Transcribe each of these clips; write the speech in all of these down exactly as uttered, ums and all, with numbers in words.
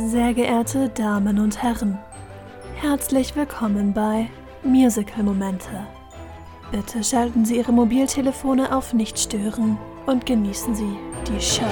Sehr geehrte Damen und Herren, herzlich willkommen bei Musical-Momente. Bitte schalten Sie Ihre Mobiltelefone auf Nicht-Stören und genießen Sie die Show.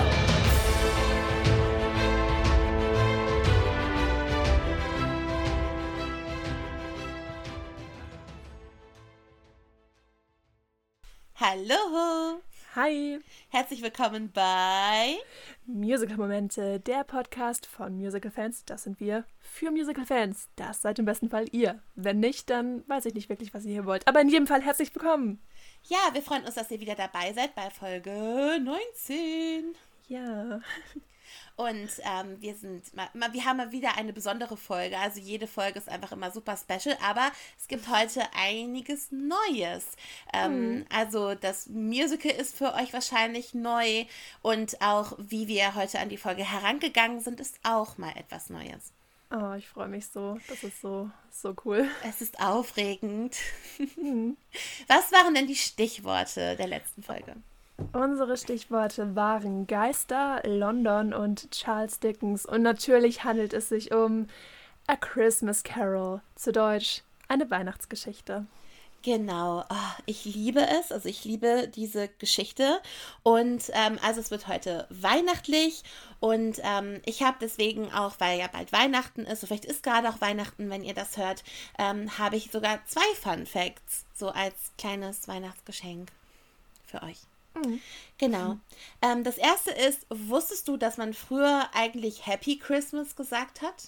Hallo! Hi! Herzlich willkommen bei Musical-Momente, der Podcast von Musical-Fans. Das sind wir für Musical-Fans. Das seid im besten Fall ihr. Wenn nicht, dann weiß ich nicht wirklich, was ihr hier wollt. Aber in jedem Fall herzlich willkommen! Ja, wir freuen uns, dass ihr wieder dabei seid bei Folge neunzehn. Ja. Und ähm, wir sind, mal, mal, wir haben mal wieder eine besondere Folge. Also jede Folge ist einfach immer super special, aber es gibt heute einiges Neues. Ähm, mhm. Also das Musical ist für euch wahrscheinlich neu und auch wie wir heute an die Folge herangegangen sind, ist auch mal etwas Neues. Oh, ich freue mich so. Das ist so, so cool. Es ist aufregend. Mhm. Was waren denn die Stichworte der letzten Folge? Unsere Stichworte waren Geister, London und Charles Dickens. Und natürlich handelt es sich um A Christmas Carol, zu Deutsch eine Weihnachtsgeschichte. Genau, oh, ich liebe es, also ich liebe diese Geschichte und ähm, also es wird heute weihnachtlich und ähm, ich habe deswegen auch, weil ja bald Weihnachten ist, so vielleicht ist gerade auch Weihnachten, wenn ihr das hört, ähm, habe ich sogar zwei Fun Facts, so als kleines Weihnachtsgeschenk für euch. Mhm. Genau. Mhm. Ähm, das erste ist, wusstest du, dass man früher eigentlich Happy Christmas gesagt hat?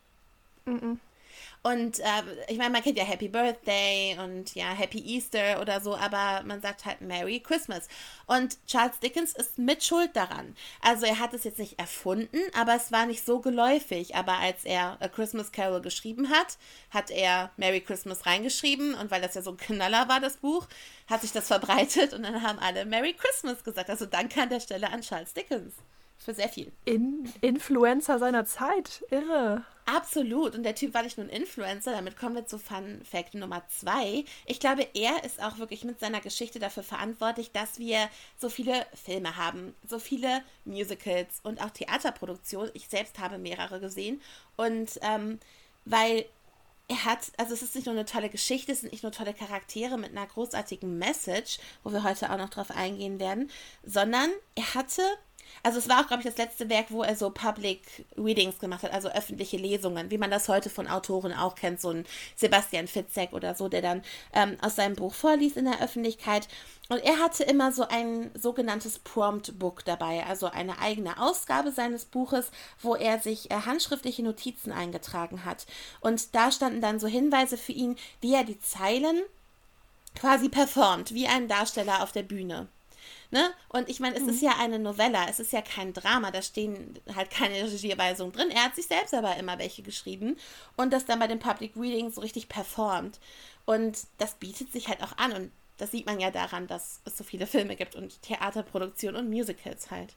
Mhm. Und äh, ich meine, man kennt ja Happy Birthday und ja Happy Easter oder so, aber man sagt halt Merry Christmas. Und Charles Dickens ist mit schuld daran. Also er hat es jetzt nicht erfunden, aber es war nicht so geläufig. Aber als er A Christmas Carol geschrieben hat, hat er Merry Christmas reingeschrieben. Und weil das ja so ein Knaller war, das Buch, hat sich das verbreitet und dann haben alle Merry Christmas gesagt. Also danke an der Stelle an Charles Dickens. Für sehr viel. In Influencer seiner Zeit. Irre. Absolut. Und der Typ war nicht nur ein Influencer. Damit kommen wir zu Fun Fact Nummer zwei. Ich glaube, er ist auch wirklich mit seiner Geschichte dafür verantwortlich, dass wir so viele Filme haben, so viele Musicals und auch Theaterproduktionen. Ich selbst habe mehrere gesehen. Und ähm, weil er hat, also es ist nicht nur eine tolle Geschichte, es sind nicht nur tolle Charaktere mit einer großartigen Message, wo wir heute auch noch drauf eingehen werden, sondern er hatte... Also es war auch, glaube ich, das letzte Werk, wo er so Public Readings gemacht hat, also öffentliche Lesungen, wie man das heute von Autoren auch kennt, so ein Sebastian Fitzek oder so, der dann ähm, aus seinem Buch vorliest in der Öffentlichkeit. Und er hatte immer so ein sogenanntes Prompt-Book dabei, also eine eigene Ausgabe seines Buches, wo er sich äh, handschriftliche Notizen eingetragen hat. Und da standen dann so Hinweise für ihn, wie er die Zeilen quasi performt, wie ein Darsteller auf der Bühne. Ne? Und ich meine, es mhm. ist ja eine Novella, es ist ja kein Drama, da stehen halt keine Regieweisungen drin. Er hat sich selbst aber immer welche geschrieben und das dann bei den Public Readings so richtig performt. Und das bietet sich halt auch an und das sieht man ja daran, dass es so viele Filme gibt und Theaterproduktionen und Musicals halt.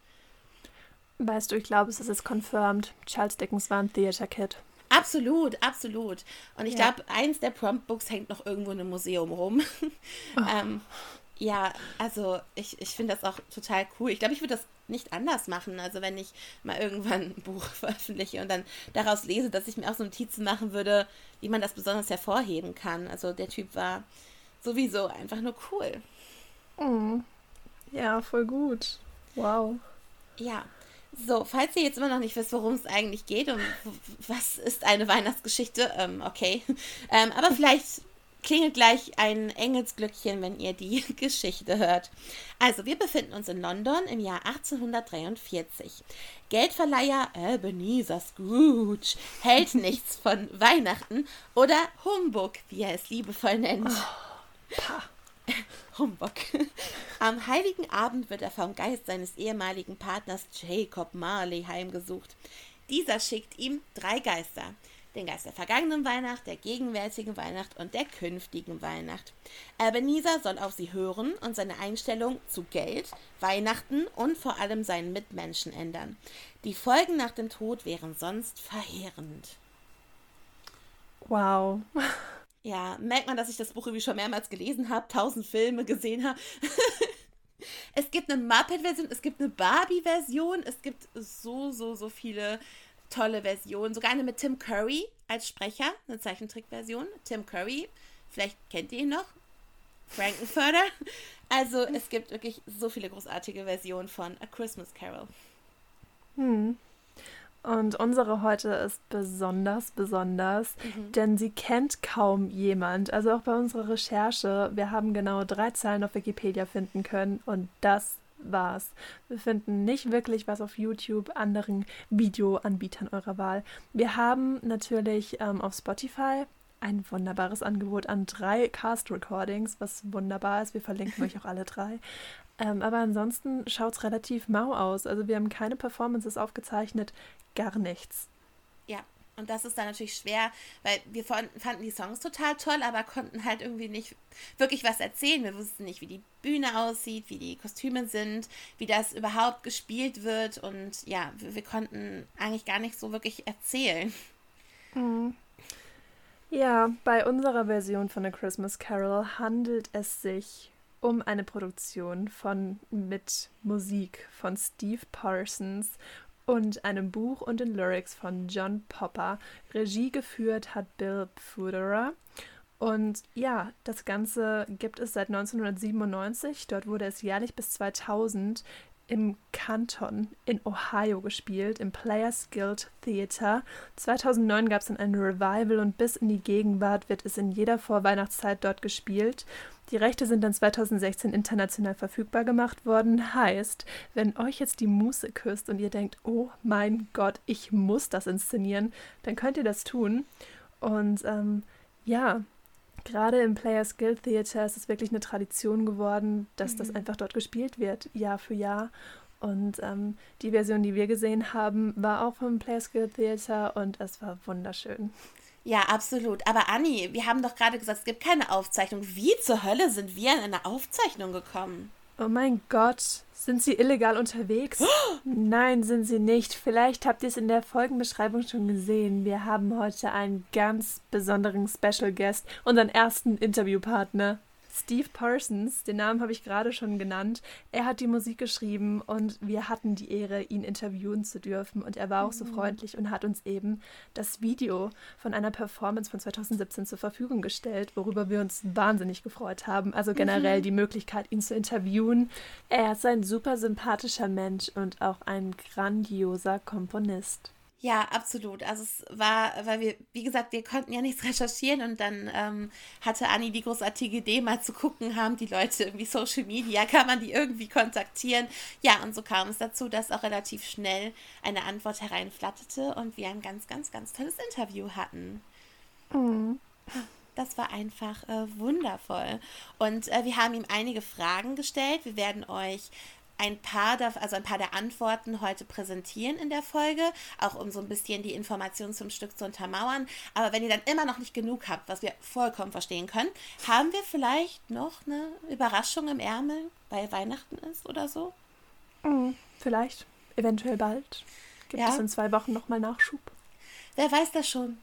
Weißt du, ich glaube, es ist confirmed. Charles Dickens war ein Theater Kid. Absolut, absolut. Und ich ja. glaube, eins der Prompt-Books hängt noch irgendwo in einem Museum rum. Oh. ähm, Ja, also ich, ich finde das auch total cool. Ich glaube, ich würde das nicht anders machen. Also wenn ich mal irgendwann ein Buch veröffentliche und dann daraus lese, dass ich mir auch so Notizen machen würde, wie man das besonders hervorheben kann. Also der Typ war sowieso einfach nur cool. Mm. Ja, voll gut. Wow. Ja, so, falls ihr jetzt immer noch nicht wisst, worum es eigentlich geht und was ist eine Weihnachtsgeschichte, ähm, okay. ähm, aber vielleicht... klingelt gleich ein Engelsglöckchen, wenn ihr die Geschichte hört. Also, wir befinden uns in London im Jahr achtzehnhundertdreiundvierzig. Geldverleiher Ebenezer Scrooge hält nichts von Weihnachten oder Humbug, wie er es liebevoll nennt. Oh, Humbug. Am heiligen Abend wird er vom Geist seines ehemaligen Partners Jacob Marley heimgesucht. Dieser schickt ihm drei Geister. Den Geist der vergangenen Weihnacht, der gegenwärtigen Weihnacht und der künftigen Weihnacht. Ebenezer soll auf sie hören und seine Einstellung zu Geld, Weihnachten und vor allem seinen Mitmenschen ändern. Die Folgen nach dem Tod wären sonst verheerend. Wow. Ja, merkt man, dass ich das Buch irgendwie schon mehrmals gelesen habe, tausend Filme gesehen habe. Es gibt eine Muppet-Version, es gibt eine Barbie-Version, es gibt so, so, so viele tolle Versionen. Sogar eine mit Tim Curry als Sprecher, eine Zeichentrickversion. Tim Curry, vielleicht kennt ihr ihn noch. Frankenfurter. Also es gibt wirklich so viele großartige Versionen von A Christmas Carol. Hm. Und unsere heute ist besonders, besonders, mhm. denn sie kennt kaum jemand. Also auch bei unserer Recherche, wir haben genau drei Zeilen auf Wikipedia finden können und das war's. Wir finden nicht wirklich was auf YouTube, anderen Videoanbietern eurer Wahl. Wir haben natürlich ähm, auf Spotify ein wunderbares Angebot an drei Cast-Recordings, was wunderbar ist. Wir verlinken euch auch alle drei. Ähm, aber ansonsten schaut es relativ mau aus. Also wir haben keine Performances aufgezeichnet, gar nichts. Ja, und das ist dann natürlich schwer, weil wir fanden die Songs total toll, aber konnten halt irgendwie nicht wirklich was erzählen. Wir wussten nicht, wie die Bühne aussieht, wie die Kostüme sind, wie das überhaupt gespielt wird. Und ja, wir, wir konnten eigentlich gar nicht so wirklich erzählen. Mhm. Ja, bei unserer Version von A Christmas Carol handelt es sich um eine Produktion von mit Musik von Steve Parsons und einem Buch und den Lyrics von John Popper. Regie geführt hat Bill Fuderer. Und ja, das Ganze gibt es seit neunzehnhundertsiebenundneunzig. Dort wurde es jährlich bis zweitausend im Canton in Ohio gespielt, im Players Guild Theater. zweitausendneun gab es dann ein Revival und bis in die Gegenwart wird es in jeder Vorweihnachtszeit dort gespielt. Die Rechte sind dann zweitausendsechzehn international verfügbar gemacht worden. Heißt, wenn euch jetzt die Muße küsst und ihr denkt, oh mein Gott, ich muss das inszenieren, dann könnt ihr das tun. Und ähm, ja, gerade im Players Guild Theater ist es wirklich eine Tradition geworden, dass mhm. das einfach dort gespielt wird, Jahr für Jahr. Und ähm, die Version, die wir gesehen haben, war auch vom Players Guild Theater und es war wunderschön. Ja, absolut. Aber Anni, wir haben doch gerade gesagt, es gibt keine Aufzeichnung. Wie zur Hölle sind wir in eine Aufzeichnung gekommen? Oh mein Gott, sind Sie illegal unterwegs? Oh! Nein, sind Sie nicht. Vielleicht habt ihr es in der Folgenbeschreibung schon gesehen. Wir haben heute einen ganz besonderen Special Guest, unseren ersten Interviewpartner. Steve Parsons, den Namen habe ich gerade schon genannt. Er hat die Musik geschrieben und wir hatten die Ehre, ihn interviewen zu dürfen. Und er war auch so freundlich und hat uns eben das Video von einer Performance von zweitausendsiebzehn zur Verfügung gestellt, worüber wir uns wahnsinnig gefreut haben. Also generell mhm. die Möglichkeit, ihn zu interviewen. Er ist ein super sympathischer Mensch und auch ein grandioser Komponist. Ja, absolut. Also es war, weil wir, wie gesagt, wir konnten ja nichts recherchieren und dann ähm, hatte Anni die großartige Idee, mal zu gucken, haben die Leute irgendwie Social Media, kann man die irgendwie kontaktieren? Ja, und so kam es dazu, dass auch relativ schnell eine Antwort hereinflatterte und wir ein ganz, ganz, ganz tolles Interview hatten. Mhm. Das war einfach äh, wundervoll. Und äh, wir haben ihm einige Fragen gestellt. Wir werden euch ein paar, also ein paar der Antworten heute präsentieren in der Folge, auch um so ein bisschen die Informationen zum Stück zu untermauern. Aber wenn ihr dann immer noch nicht genug habt, was wir vollkommen verstehen können, haben wir vielleicht noch eine Überraschung im Ärmel, weil Weihnachten ist oder so? Mhm, vielleicht, eventuell bald. Gibt ja. es in zwei Wochen nochmal Nachschub? Wer weiß das schon?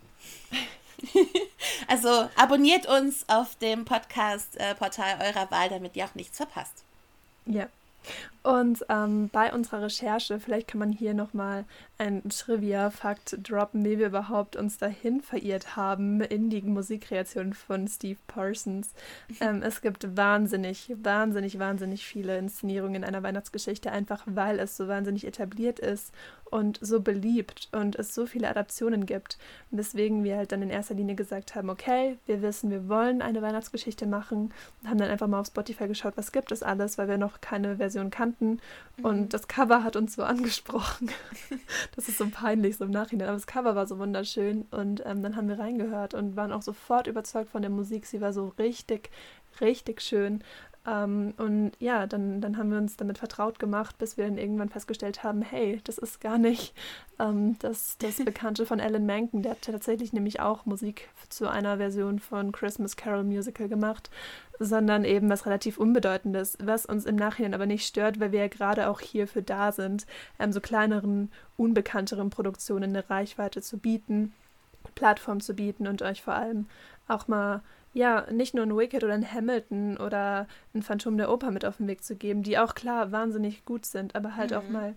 Also abonniert uns auf dem Podcast-Portal eurer Wahl, damit ihr auch nichts verpasst. Ja. Und ähm, bei unserer Recherche, vielleicht kann man hier nochmal einen Trivia-Fakt droppen, wie wir überhaupt uns dahin verirrt haben in die Musikkreation von Steve Parsons. Ähm, es gibt wahnsinnig, wahnsinnig, wahnsinnig viele Inszenierungen einer Weihnachtsgeschichte, einfach weil es so wahnsinnig etabliert ist und so beliebt und es so viele Adaptionen gibt. Weswegen wir halt dann in erster Linie gesagt haben, okay, wir wissen, wir wollen eine Weihnachtsgeschichte machen und haben dann einfach mal auf Spotify geschaut, was gibt es alles, weil wir noch keine Version kannten. Mhm. Und das Cover hat uns so angesprochen. Das ist so peinlich, so im Nachhinein. Aber das Cover war so wunderschön. Und ähm, dann haben wir reingehört und waren auch sofort überzeugt von der Musik. Sie war so richtig, richtig schön. Ähm, und ja, dann, dann haben wir uns damit vertraut gemacht, bis wir dann irgendwann festgestellt haben, hey, das ist gar nicht ähm, das, das Bekannte von Alan Menken. Der hat tatsächlich nämlich auch Musik zu einer Version von Christmas Carol Musical gemacht, sondern eben was relativ Unbedeutendes, was uns im Nachhinein aber nicht stört, weil wir ja gerade auch hierfür da sind, ähm, so kleineren, unbekannteren Produktionen eine Reichweite zu bieten, Plattform zu bieten und euch vor allem auch mal ja, nicht nur ein Wicked oder ein Hamilton oder ein Phantom der Oper mit auf den Weg zu geben, die auch klar wahnsinnig gut sind, aber halt mhm. auch mal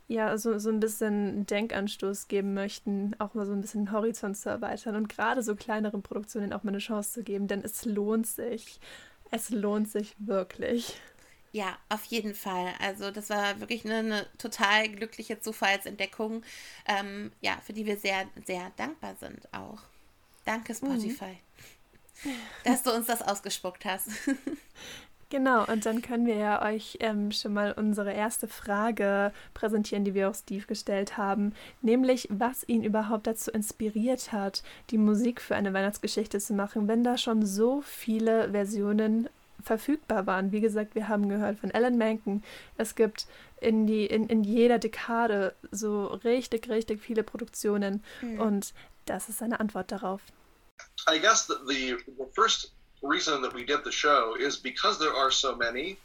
ja, so, so ein bisschen Denkanstoß geben möchten, auch mal so ein bisschen den Horizont zu erweitern und gerade so kleineren Produktionen auch mal eine Chance zu geben, denn es lohnt sich. Es lohnt sich wirklich. Ja, auf jeden Fall. Also das war wirklich eine, eine total glückliche Zufallsentdeckung, ähm, ja, für die wir sehr, sehr dankbar sind auch. Danke Mhm. Spotify, dass du uns das ausgespuckt hast. Genau, und dann können wir ja euch ähm, schon mal unsere erste Frage präsentieren, die wir auch Steve gestellt haben, nämlich was ihn überhaupt dazu inspiriert hat, die Musik für eine Weihnachtsgeschichte zu machen, wenn da schon so viele Versionen verfügbar waren. Wie gesagt, wir haben gehört von Alan Menken, es gibt in, die, in, in jeder Dekade so richtig, richtig viele Produktionen Hm. und das ist seine Antwort darauf. I guess the, the, the first reason that we did the show is because there are so many.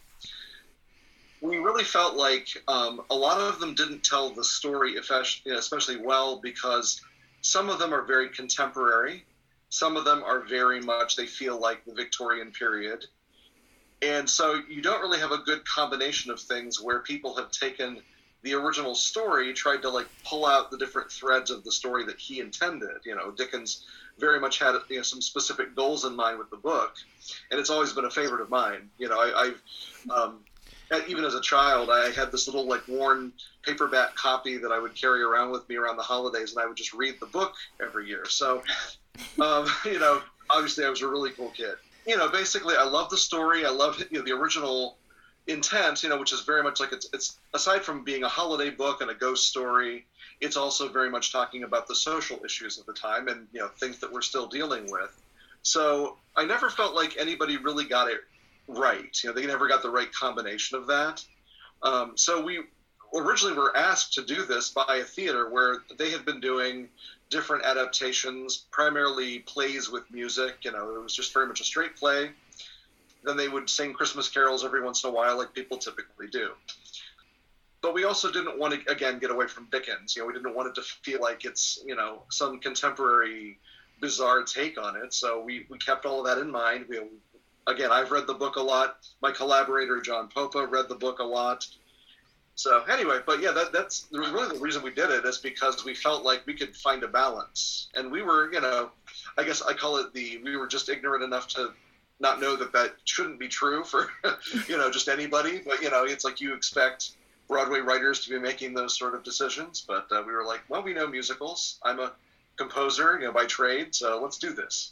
We really felt like um, a lot of them didn't tell the story especially well because some of them are very contemporary. Some of them are very much, they feel like the Victorian period. And so you don't really have a good combination of things where people have taken the original story, tried to like pull out the different threads of the story that he intended. You know, Dickens very much had you know, some specific goals in mind with the book, and it's always been a favorite of mine. You know, I, I've um, even as a child, I had this little like worn paperback copy that I would carry around with me around the holidays, and I would just read the book every year. So, um, you know, obviously I was a really cool kid. You know, basically, I love the story. I love you know, the original intent, you know, which is very much like it's, it's aside from being a holiday book and a ghost story, it's also very much talking about the social issues of the time and, you know, things that we're still dealing with. So I never felt like anybody really got it right. You know, they never got the right combination of that. Um, so we originally were asked to do this by a theater where they had been doing different adaptations, primarily plays with music. You know, it was just very much a straight play. Then they would sing Christmas carols every once in a while, like people typically do. But we also didn't want to, again, get away from Dickens. You know, we didn't want it to feel like it's, you know, some contemporary bizarre take on it. So we, we kept all of that in mind. We, again, I've read the book a lot. My collaborator, John Popa, read the book a lot. So anyway, but yeah, that, that's really the reason we did it is because we felt like we could find a balance. And we were, you know, I guess I call it the, we were just ignorant enough to not know that that shouldn't be true for, you know, just anybody. But, you know, it's like you expect Broadway writers to be making those sort of decisions. But uh, we were like, well, we know musicals. I'm a composer, you know, by trade, so let's do this.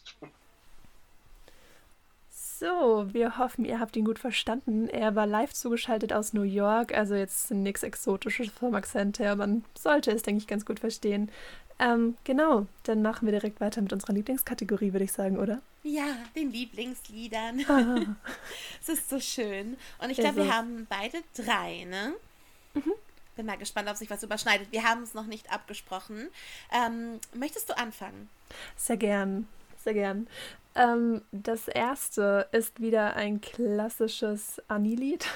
So, wir hoffen, ihr habt ihn gut verstanden. Er war live zugeschaltet aus New York, also jetzt nichts Exotisches vom Akzent her. Man sollte es, denke ich, ganz gut verstehen. Ähm, genau, dann machen wir direkt weiter mit unserer Lieblingskategorie, würde ich sagen, oder? Ja, den Lieblingsliedern. Ah. Es ist so schön. Und ich Ist glaube, wir es. haben beide drei, ne? Mhm. Bin mal gespannt, ob sich was überschneidet. Wir haben es noch nicht abgesprochen. Ähm, möchtest du anfangen? Sehr gern, sehr gern. Ähm, das erste ist wieder ein klassisches Annie-Lied.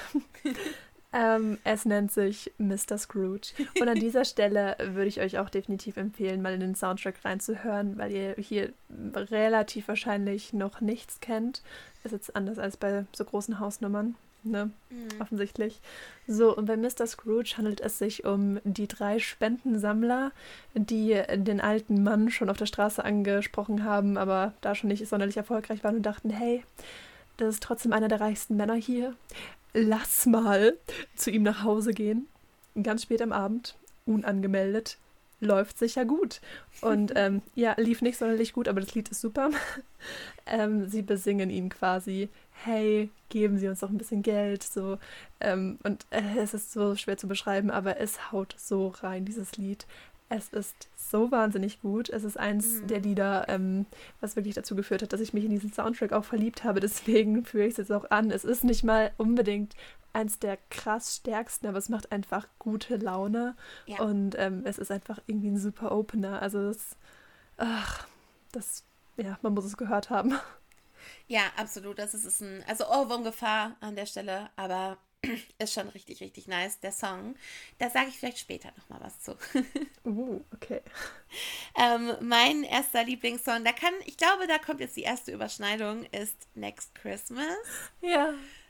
ähm, es nennt sich Mister Scrooge. Und an dieser Stelle würde ich euch auch definitiv empfehlen, mal in den Soundtrack reinzuhören, weil ihr hier relativ wahrscheinlich noch nichts kennt. Ist jetzt anders als bei so großen Hausnummern. Ne, Mhm. offensichtlich. So, und bei Mister Scrooge handelt es sich um die drei Spendensammler, die den alten Mann schon auf der Straße angesprochen haben, aber da schon nicht sonderlich erfolgreich waren und dachten, hey, das ist trotzdem einer der reichsten Männer hier. Lass mal zu ihm nach Hause gehen. Ganz spät am Abend, unangemeldet. Läuft sicher gut. Und ähm, ja, lief nicht sonderlich gut, aber das Lied ist super. ähm, sie besingen ihn quasi, hey, geben Sie uns doch ein bisschen Geld. So. Ähm, und äh, es ist so schwer zu beschreiben, aber es haut so rein, dieses Lied. Es ist so wahnsinnig gut. Es ist eins Mhm. der Lieder, ähm, was wirklich dazu geführt hat, dass ich mich in diesen Soundtrack auch verliebt habe. Deswegen führe ich es jetzt auch an. Es ist nicht mal unbedingt eins der krass stärksten, aber es macht einfach gute Laune. Ja. Und ähm, es ist einfach irgendwie ein super Opener. Also das, ach, das, ja, man muss es gehört haben. Ja, absolut. Das ist, ist ein, also Ohrwurmgefahr an der Stelle, aber ist schon richtig, richtig nice, der Song. Da sage ich vielleicht später nochmal was zu. Uh, okay. ähm, mein erster Lieblingssong, da kann, ich glaube, da kommt jetzt die erste Überschneidung, ist Next Christmas. Ja.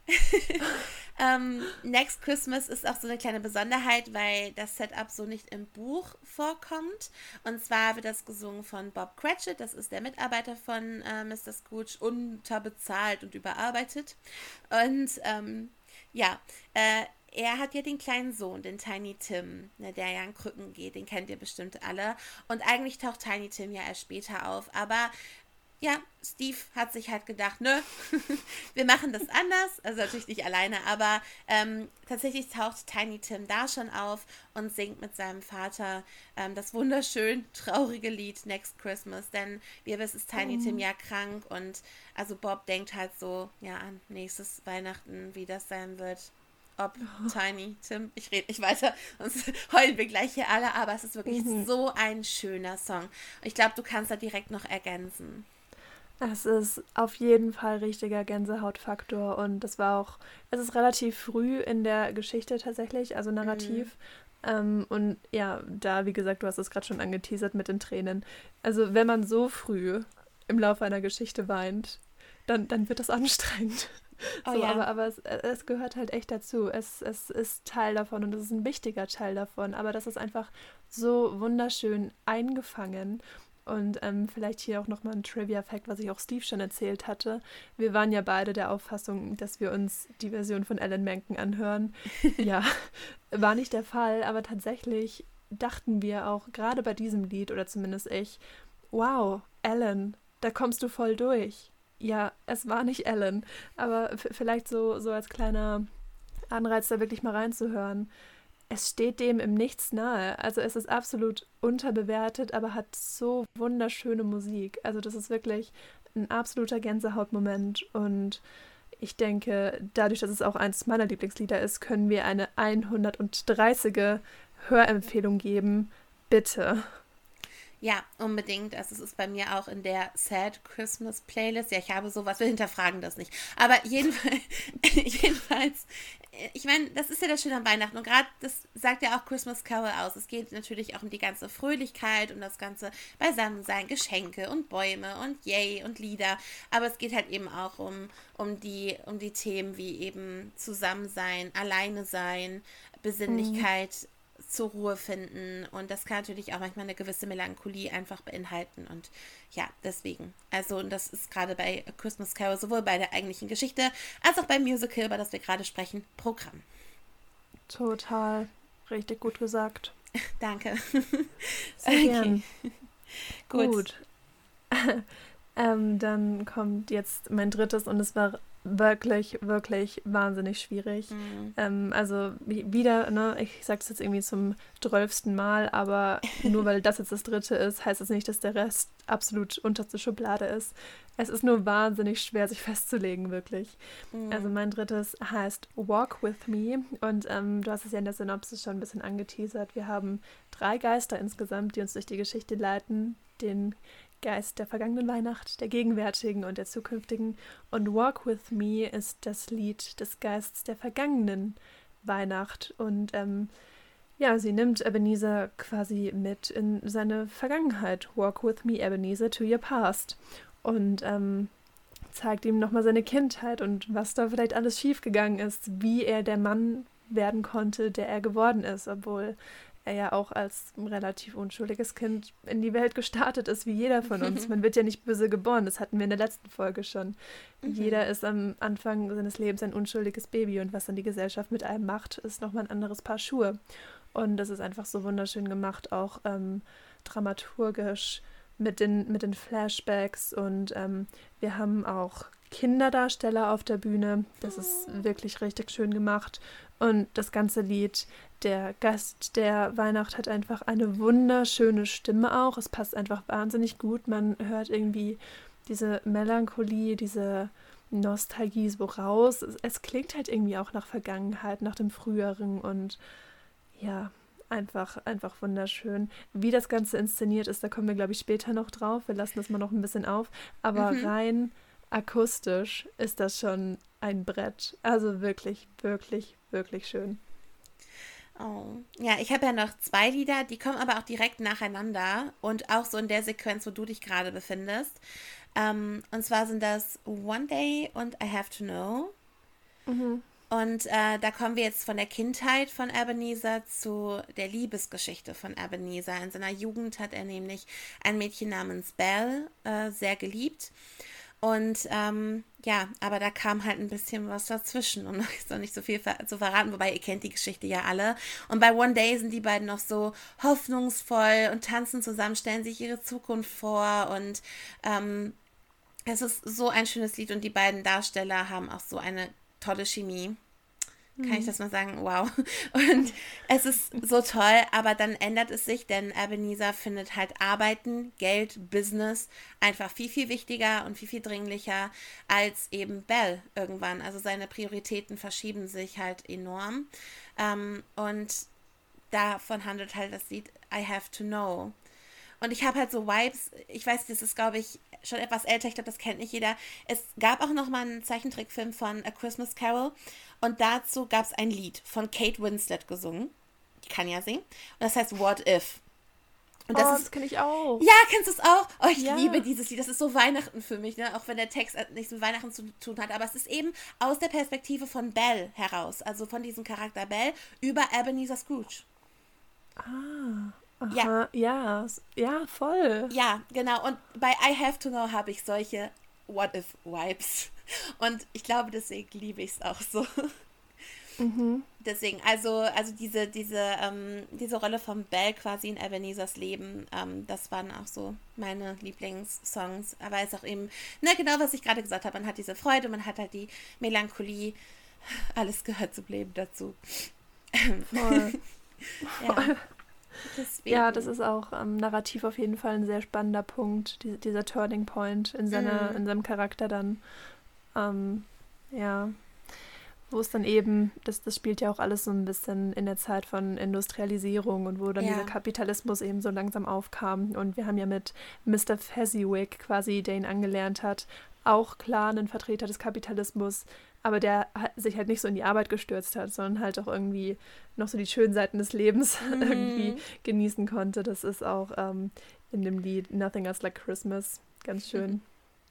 ähm, Next Christmas ist auch so eine kleine Besonderheit, weil das Setup so nicht im Buch vorkommt. Und zwar wird das gesungen von Bob Cratchit, das ist der Mitarbeiter von äh, Mister Scrooge, unterbezahlt und überarbeitet. Und ähm, ja, äh, er hat ja den kleinen Sohn, den Tiny Tim, ne, der ja in Krücken geht, den kennt ihr bestimmt alle. Und eigentlich taucht Tiny Tim ja erst später auf, aber ja, Steve hat sich halt gedacht, ne, wir machen das anders, also natürlich nicht alleine, aber ähm, tatsächlich taucht Tiny Tim da schon auf und singt mit seinem Vater ähm, das wunderschön traurige Lied Next Christmas, denn wie ihr wisst, ist Tiny oh. Tim ja krank und also Bob denkt halt so, ja, an nächstes Weihnachten, wie das sein wird. Ob oh. Tiny Tim, ich rede nicht weiter, sonst heulen wir gleich hier alle, aber es ist wirklich mhm. so ein schöner Song. Ich glaube, du kannst da direkt noch ergänzen. Es ist auf jeden Fall richtiger Gänsehautfaktor und das war auch, es ist relativ früh in der Geschichte tatsächlich, also narrativ. Mhm. Ähm, und ja, da, wie gesagt, du hast es gerade schon angeteasert mit den Tränen. Also wenn man so früh im Laufe einer Geschichte weint, dann, dann wird das anstrengend. Oh, so, ja. Aber, aber es, es gehört halt echt dazu. Es, es ist Teil davon und es ist ein wichtiger Teil davon. Aber das ist einfach so wunderschön eingefangen. Und ähm, vielleicht hier auch nochmal ein Trivia-Fact, was ich auch Steve schon erzählt hatte. Wir waren ja beide der Auffassung, dass wir uns die Version von Alan Menken anhören. Ja, war nicht der Fall, aber tatsächlich dachten wir auch, gerade bei diesem Lied, oder zumindest ich, wow, Alan, da kommst du voll durch. Ja, es war nicht Alan, aber f- vielleicht so, so als kleiner Anreiz, da wirklich mal reinzuhören. Es steht dem im Nichts nahe. Also es ist absolut unterbewertet, aber hat so wunderschöne Musik. Also das ist wirklich ein absoluter Gänsehautmoment. Und ich denke, dadurch, dass es auch eines meiner Lieblingslieder ist, können wir eine hundertdreißiger Hörempfehlung geben. Bitte. Ja, unbedingt. Also es ist bei mir auch in der Sad Christmas Playlist. Ja, ich habe sowas, wir hinterfragen das nicht. Aber jedenfalls, jedenfalls ich meine, das ist ja das Schöne an Weihnachten. Und gerade, das sagt ja auch Christmas Carol aus. Es geht natürlich auch um die ganze Fröhlichkeit, um das ganze Beisammensein, Geschenke und Bäume und Yay und Lieder. Aber es geht halt eben auch um, um, die, um die Themen wie eben Zusammensein, Alleine sein, Besinnlichkeit, mhm. zur Ruhe finden und das kann natürlich auch manchmal eine gewisse Melancholie einfach beinhalten und ja, deswegen. Also und das ist gerade bei A Christmas Carol sowohl bei der eigentlichen Geschichte als auch beim Musical, über das wir gerade sprechen, Programm. Total. Richtig gut gesagt. Danke. Sehr okay. gern. Gut. gut. ähm, dann kommt jetzt mein drittes und es war wirklich, wirklich wahnsinnig schwierig. Mhm. Ähm, also wieder, ne, ich sag's jetzt irgendwie zum zwölften Mal, aber nur weil das jetzt das dritte ist, heißt es das nicht, dass der Rest absolut unterste Schublade ist. Es ist nur wahnsinnig schwer, sich festzulegen, wirklich. Mhm. Also mein drittes heißt Walk With Me und ähm, du hast es ja in der Synopsis schon ein bisschen angeteasert. Wir haben drei Geister insgesamt, die uns durch die Geschichte leiten, den Geist der vergangenen Weihnacht, der gegenwärtigen und der zukünftigen. Und Walk With Me ist das Lied des Geists der vergangenen Weihnacht. Und ähm, ja, sie nimmt Ebenezer quasi mit in seine Vergangenheit. Walk With Me, Ebenezer, to your past. Und ähm, zeigt ihm nochmal seine Kindheit und was da vielleicht alles schiefgegangen ist, wie er der Mann werden konnte, der er geworden ist, obwohl er ja auch als relativ unschuldiges Kind in die Welt gestartet ist, wie jeder von uns. Man wird ja nicht böse geboren, das hatten wir in der letzten Folge schon. Mhm. Jeder ist am Anfang seines Lebens ein unschuldiges Baby und was dann die Gesellschaft mit einem macht, ist nochmal ein anderes Paar Schuhe. Und das ist einfach so wunderschön gemacht, auch ähm, dramaturgisch mit den, mit den Flashbacks und ähm, wir haben auch Kinderdarsteller auf der Bühne. Das ist wirklich richtig schön gemacht. Und das ganze Lied, der Gast der Weihnacht hat einfach eine wunderschöne Stimme auch. Es passt einfach wahnsinnig gut. Man hört irgendwie diese Melancholie, diese Nostalgie so raus. Es, es klingt halt irgendwie auch nach Vergangenheit, nach dem Früheren und ja, einfach, einfach wunderschön. Wie das Ganze inszeniert ist, da kommen wir, glaube ich, später noch drauf. Wir lassen das mal noch ein bisschen auf. Aber mhm. rein akustisch ist das schon ein Brett. Also wirklich, wirklich, wirklich schön. Oh. Ja, ich habe ja noch zwei Lieder, die kommen aber auch direkt nacheinander und auch so in der Sequenz, wo du dich gerade befindest. Um, und zwar sind das One Day und I Have to Know. Mhm. Und äh, da kommen wir jetzt von der Kindheit von Ebenezer zu der Liebesgeschichte von Ebenezer. In seiner Jugend hat er nämlich ein Mädchen namens Belle äh, sehr geliebt. Und ähm, ja, aber da kam halt ein bisschen was dazwischen, um noch nicht so viel ver- zu verraten, wobei ihr kennt die Geschichte ja alle. Und bei One Day sind die beiden noch so hoffnungsvoll und tanzen zusammen, stellen sich ihre Zukunft vor und ähm, es ist so ein schönes Lied und die beiden Darsteller haben auch so eine tolle Chemie. Kann ich das mal sagen? Wow. Und es ist so toll, aber dann ändert es sich, denn Ebenezer findet halt Arbeiten, Geld, Business einfach viel, viel wichtiger und viel, viel dringlicher als eben Belle irgendwann. Also seine Prioritäten verschieben sich halt enorm. Ähm, und davon handelt halt das Lied I Have to Know. Und ich habe halt so Vibes, ich weiß, das ist, glaube ich, schon etwas älter, ich glaube, das kennt nicht jeder. Es gab auch noch mal einen Zeichentrickfilm von A Christmas Carol und dazu gab es ein Lied von Kate Winslet gesungen. Die kann ja singen. Und das heißt What If. Und das oh, ist, das kenne ich auch. Ja, kennst du es auch? Oh, ich Ja. liebe dieses Lied. Das ist so Weihnachten für mich, ne? Auch wenn der Text nichts mit Weihnachten zu tun hat. Aber es ist eben aus der Perspektive von Belle heraus. Also von diesem Charakter Belle über Ebenezer Scrooge. Ah. Ja. Aha, ja, s- ja, voll. Ja, genau. Und bei I Have to Know habe ich solche What-If-Vibes. Und ich glaube, deswegen liebe ich es auch so. Mhm. Deswegen, also, also diese, diese, ähm, diese Rolle von Belle quasi in Ebenezers Leben, ähm, das waren auch so meine Lieblingssongs. Aber es ist auch eben, ne, genau, was ich gerade gesagt habe, man hat diese Freude, man hat halt die Melancholie, alles gehört zum Leben dazu. Voll. Ja, deswegen. Ja, das ist auch ähm, narrativ auf jeden Fall ein sehr spannender Punkt, die, dieser Turning Point in seiner, Mhm. in seinem Charakter dann. Ähm, ja, wo es dann eben, das, das spielt ja auch alles so ein bisschen in der Zeit von Industrialisierung und wo dann Ja. dieser Kapitalismus eben so langsam aufkam. Und wir haben ja mit Mister Fezziwig quasi, der ihn angelernt hat, auch klar einen Vertreter des Kapitalismus, aber der ha- sich halt nicht so in die Arbeit gestürzt hat, sondern halt auch irgendwie noch so die schönen Seiten des Lebens Mhm. irgendwie genießen konnte. Das ist auch ähm, in dem Lied Nothing Else Like Christmas ganz schön.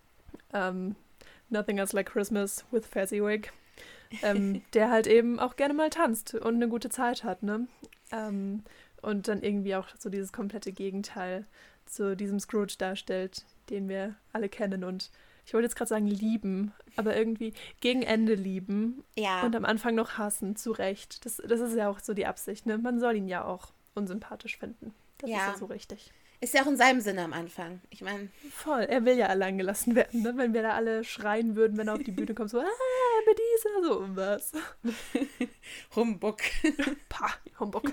Ähm, Nothing Else Like Christmas with Fezziwig. Ähm, der halt eben auch gerne mal tanzt und eine gute Zeit hat, ne? Ähm, und dann irgendwie auch so dieses komplette Gegenteil zu diesem Scrooge darstellt, den wir alle kennen und ich wollte jetzt gerade sagen lieben, aber irgendwie gegen Ende lieben Ja. und am Anfang noch hassen, zu Recht. Das, das ist ja auch so die Absicht, ne? Man soll ihn ja auch unsympathisch finden. Das Ja. ist ja so richtig. Ist ja auch in seinem Sinne am Anfang. Ich meine, Voll, er will ja allein gelassen werden, ne? Wenn wir da alle schreien würden, wenn er auf die Bühne kommt, so, ah, Ebenezer, so, was? Humbug. Pah, Humbug.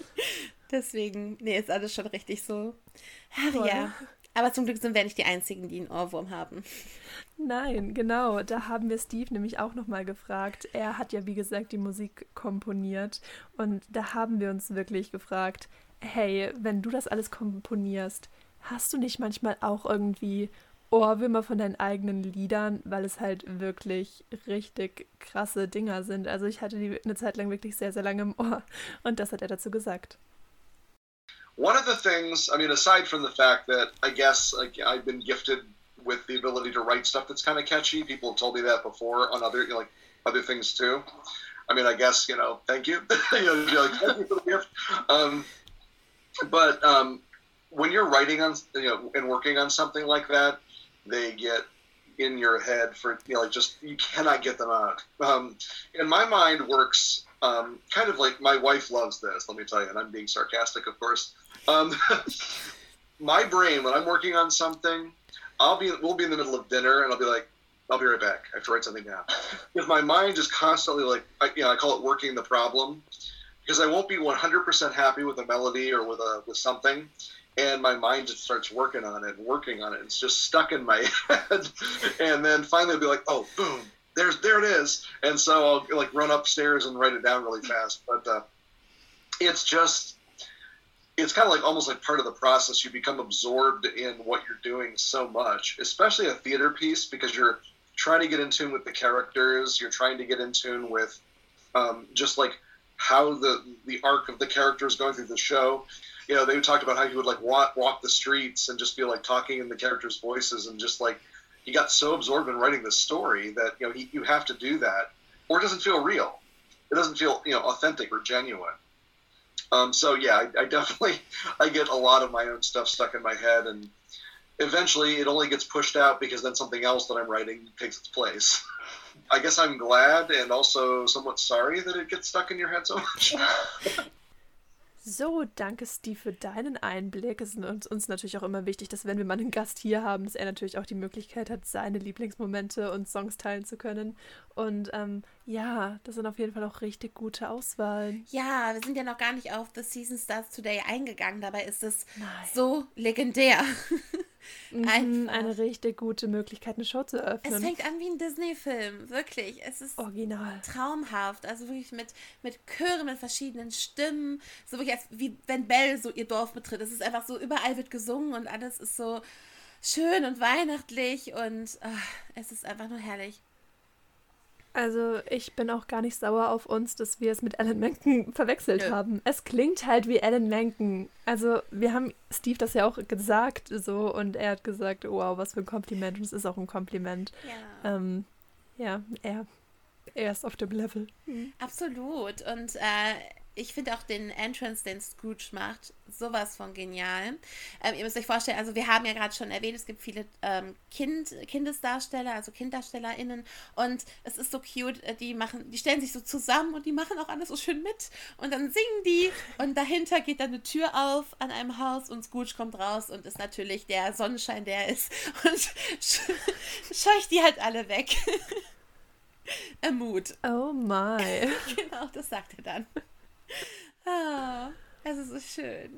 Deswegen, nee, ist alles schon richtig so. Ach Voll. ja. Aber zum Glück sind wir nicht die Einzigen, die einen Ohrwurm haben. Nein, genau, da haben wir Steve nämlich auch nochmal gefragt. Er hat ja, wie gesagt, die Musik komponiert und da haben wir uns wirklich gefragt, hey, wenn du das alles komponierst, hast du nicht manchmal auch irgendwie Ohrwürmer von deinen eigenen Liedern, weil es halt wirklich richtig krasse Dinger sind. Also ich hatte die eine Zeit lang wirklich sehr, sehr lange im Ohr und das hat er dazu gesagt. One of the things, I mean, aside from the fact that I guess like, I've been gifted with the ability to write stuff that's kind of catchy. People have told me that before on other, you know, like other things too. I mean, I guess, you know, thank you. you know, you're like, thank you for the gift. Um, but um, when you're writing on, you know, and working on something like that, they get in your head for, you know, like just, you cannot get them out. Um, and my mind works um, kind of like, my wife loves this, let me tell you, and I'm being sarcastic, of course. Um, my brain, when I'm working on something, I'll be, we'll be in the middle of dinner and I'll be like, I'll be right back. I have to write something down. If my mind is constantly like, I, you know, I call it working the problem, because I won't be one hundred percent happy with a melody or with a with something, and my mind just starts working on it, and working on it. It's just stuck in my head, and then finally I'll be like, oh, boom, there's there it is, and so I'll like run upstairs and write it down really fast. But uh, it's just. It's kind of like almost like part of the process. You become absorbed in what you're doing so much, especially a theater piece, because you're trying to get in tune with the characters. You're trying to get in tune with um, just like how the the arc of the character is going through the show. You know, they talked about how he would like walk, walk the streets and just be like talking in the characters' voices, and just like he got so absorbed in writing the story that, you know, he, you have to do that. or it doesn't feel real. It doesn't feel, you know, authentic or genuine. Um, so yeah, I, I definitely, I get a lot of my own stuff stuck in my head, and eventually it only gets pushed out because then something else that I'm writing takes its place. I guess I'm glad and also somewhat sorry that it gets stuck in your head so much. So, danke Steve für deinen Einblick. Es ist uns, uns natürlich auch immer wichtig, dass wenn wir mal einen Gast hier haben, dass er natürlich auch die Möglichkeit hat, seine Lieblingsmomente und Songs teilen zu können. Und ähm, ja, das sind auf jeden Fall auch richtig gute Auswahlen. Ja, wir sind ja noch gar nicht auf The Season Starts Today eingegangen. Dabei ist es Nein. so legendär. Mhm, eine richtig gute Möglichkeit, eine Show zu eröffnen. Es fängt an wie ein Disney-Film, wirklich. Es ist original traumhaft. Also wirklich mit, mit Chören, mit verschiedenen Stimmen. So wirklich, als wie wenn Belle so ihr Dorf betritt. Es ist einfach so, überall wird gesungen und alles ist so schön und weihnachtlich und ach, es ist einfach nur herrlich. Also ich bin auch gar nicht sauer auf uns, dass wir es mit Alan Menken verwechselt Nö. haben. Es klingt halt wie Alan Menken. Also wir haben Steve das ja auch gesagt so und er hat gesagt, wow, was für ein Kompliment. Und es ist auch ein Kompliment. Ja, ähm, ja er, er ist auf dem Level. Mhm. Absolut. Und äh, ich finde auch den Entrance, den Scrooge macht, sowas von genial. Ähm, ihr müsst euch vorstellen, also wir haben ja gerade schon erwähnt, es gibt viele ähm, kind, Kindesdarsteller, also KinddarstellerInnen und es ist so cute, die machen, die stellen sich so zusammen und die machen auch alles so schön mit und dann singen die und dahinter geht dann eine Tür auf an einem Haus und Scrooge kommt raus und ist natürlich der Sonnenschein, der er ist und scheucht die halt alle weg. A mood. Oh my. Genau, das sagt er dann. Ah, es ist so schön.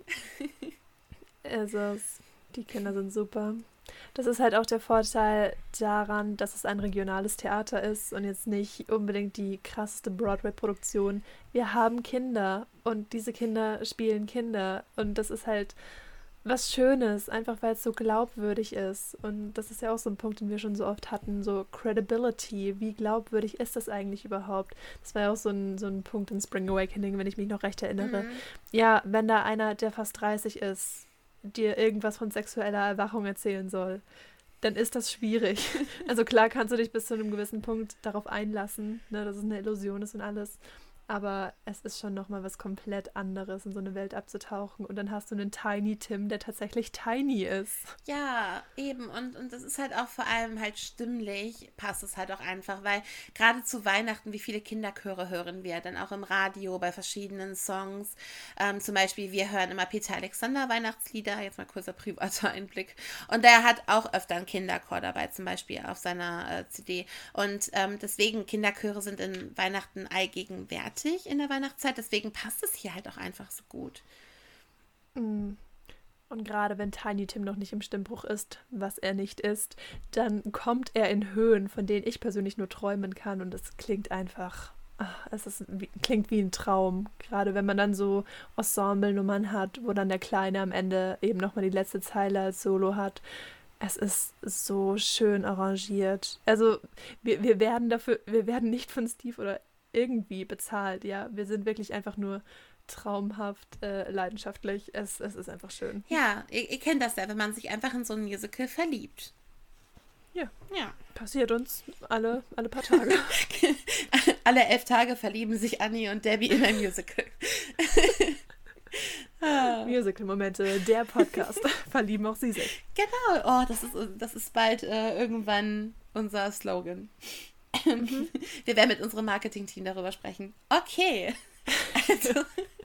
Also, die Kinder sind super. Das ist halt auch der Vorteil daran, dass es ein regionales Theater ist und jetzt nicht unbedingt die krasseste Broadway-Produktion. Wir haben Kinder und diese Kinder spielen Kinder und das ist halt was Schönes, einfach weil es so glaubwürdig ist. Und das ist ja auch so ein Punkt, den wir schon so oft hatten, so Credibility. Wie glaubwürdig ist das eigentlich überhaupt? Das war ja auch so ein, so ein Punkt in Spring Awakening, wenn ich mich noch recht erinnere. Mhm. Ja, wenn da einer, der fast dreißig ist, dir irgendwas von sexueller Erwachung erzählen soll, dann ist das schwierig. Also klar kannst du dich bis zu einem gewissen Punkt darauf einlassen, ne, dass es eine Illusion ist und alles. Aber es ist schon nochmal was komplett anderes, in so eine Welt abzutauchen. Und dann hast du einen Tiny Tim, der tatsächlich tiny ist. Ja, eben. Und, und das ist halt auch vor allem halt stimmlich, passt es halt auch einfach, weil gerade zu Weihnachten, wie viele Kinderchöre hören wir, dann auch im Radio bei verschiedenen Songs. Ähm, zum Beispiel, wir hören immer Peter Alexander Weihnachtslieder, jetzt mal kurzer privater Einblick. Und der hat auch öfter einen Kinderchor dabei, zum Beispiel auf seiner äh, C D. Und ähm, deswegen, Kinderchöre sind in Weihnachten allgegenwärtig in der Weihnachtszeit, deswegen passt es hier halt auch einfach so gut. Und gerade wenn Tiny Tim noch nicht im Stimmbruch ist, was er nicht ist, dann kommt er in Höhen, von denen ich persönlich nur träumen kann und es klingt einfach, ach, es ist, wie, klingt wie ein Traum, gerade wenn man dann so Ensemble-Nummern hat, wo dann der Kleine am Ende eben nochmal die letzte Zeile als Solo hat. Es ist so schön arrangiert. Also wir, wir werden dafür, wir werden nicht von Steve oder irgendwie bezahlt, ja. Wir sind wirklich einfach nur traumhaft, äh, leidenschaftlich. Es, es ist einfach schön. Ja, ihr, ihr kennt das ja, wenn man sich einfach in so ein Musical verliebt. Ja. Ja. Passiert uns alle, alle paar Tage. Alle elf Tage verlieben sich Annie und Debbie in ein Musical. ah. Musical-Momente, der Podcast. Verlieben auch sie sich. Genau. Oh, das ist, das ist bald äh, irgendwann unser Slogan. Mhm. Wir werden mit unserem Marketing-Team darüber sprechen. Okay. Also,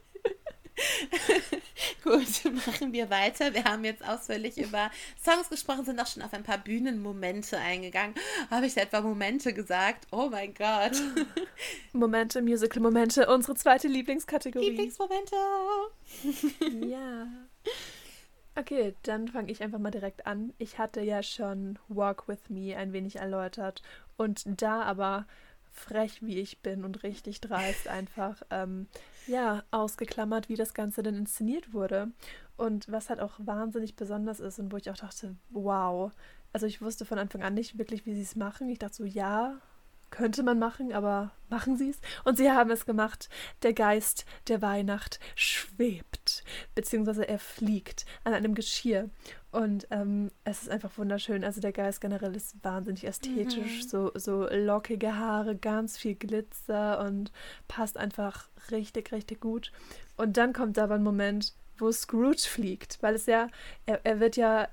gut, machen wir weiter. Wir haben jetzt ausführlich über Songs gesprochen, sind auch schon auf ein paar Bühnenmomente eingegangen. Habe ich da etwa Momente gesagt? Oh mein Gott. Momente, Musical-Momente, unsere zweite Lieblingskategorie. Lieblingsmomente. Ja. Okay, dann fange ich einfach mal direkt an. Ich hatte ja schon Walk With Me ein wenig erläutert und da aber frech wie ich bin und richtig dreist einfach, ähm, ja, ausgeklammert, wie das Ganze denn inszeniert wurde. Und was halt auch wahnsinnig besonders ist und wo ich auch dachte, wow. Also ich wusste von Anfang an nicht wirklich, wie sie es machen. Ich dachte so, ja, könnte man machen, aber machen sie es. Und sie haben es gemacht. Der Geist der Weihnacht schwebt, beziehungsweise er fliegt an einem Geschirr. Und ähm, es ist einfach wunderschön. Also der Geist generell ist wahnsinnig ästhetisch. Mhm. So, so lockige Haare, ganz viel Glitzer und passt einfach richtig, richtig gut. Und dann kommt aber ein Moment, wo Scrooge fliegt, weil es ja, er, er wird ja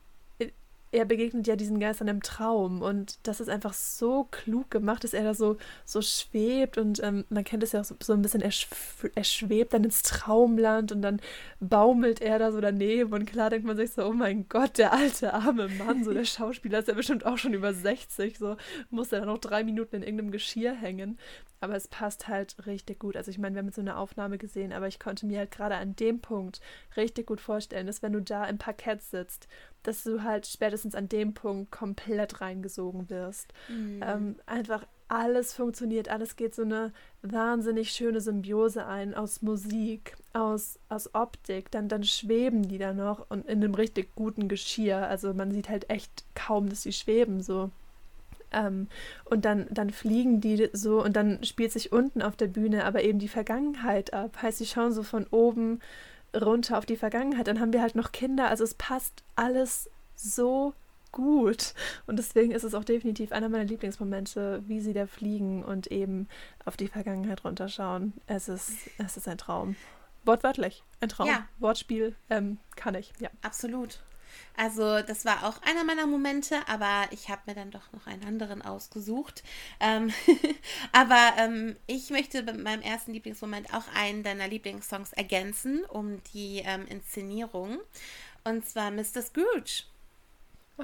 er begegnet ja diesen Geist in einem Traum und das ist einfach so klug gemacht, dass er da so, so schwebt und ähm, man kennt es ja auch so, so ein bisschen, er, schw- er schwebt dann ins Traumland und dann baumelt er da so daneben und klar denkt man sich so, oh mein Gott, der alte arme Mann, so der Schauspieler ist ja bestimmt auch schon über sechzig, so muss er dann noch drei Minuten in irgendeinem Geschirr hängen, aber es passt halt richtig gut. Also ich meine, wir haben jetzt so eine Aufnahme gesehen, aber ich konnte mir halt gerade an dem Punkt richtig gut vorstellen, dass wenn du da im Parkett sitzt, dass du halt spätestens an dem Punkt komplett reingesogen wirst. Mhm. Ähm, einfach alles funktioniert, alles geht so eine wahnsinnig schöne Symbiose ein aus Musik, aus, aus Optik, dann, dann schweben die da noch und in einem richtig guten Geschirr. Also man sieht halt echt kaum, dass die schweben so. Ähm, und dann, dann fliegen die so und dann spielt sich unten auf der Bühne aber eben die Vergangenheit ab. Heißt, sie schauen so von oben runter auf die Vergangenheit. Dann haben wir halt noch Kinder. Also es passt alles so gut. Und deswegen ist es auch definitiv einer meiner Lieblingsmomente, wie sie da fliegen und eben auf die Vergangenheit runterschauen. Es ist, es ist ein Traum. Wortwörtlich, ein Traum. Ja. Wortspiel ähm, kann ich, ja. Absolut. Also das war auch einer meiner Momente, aber ich habe mir dann doch noch einen anderen ausgesucht. Ähm, aber ähm, ich möchte bei meinem ersten Lieblingsmoment auch einen deiner Lieblingssongs ergänzen, um die ähm, Inszenierung. Und zwar Mister Scrooge. Oh.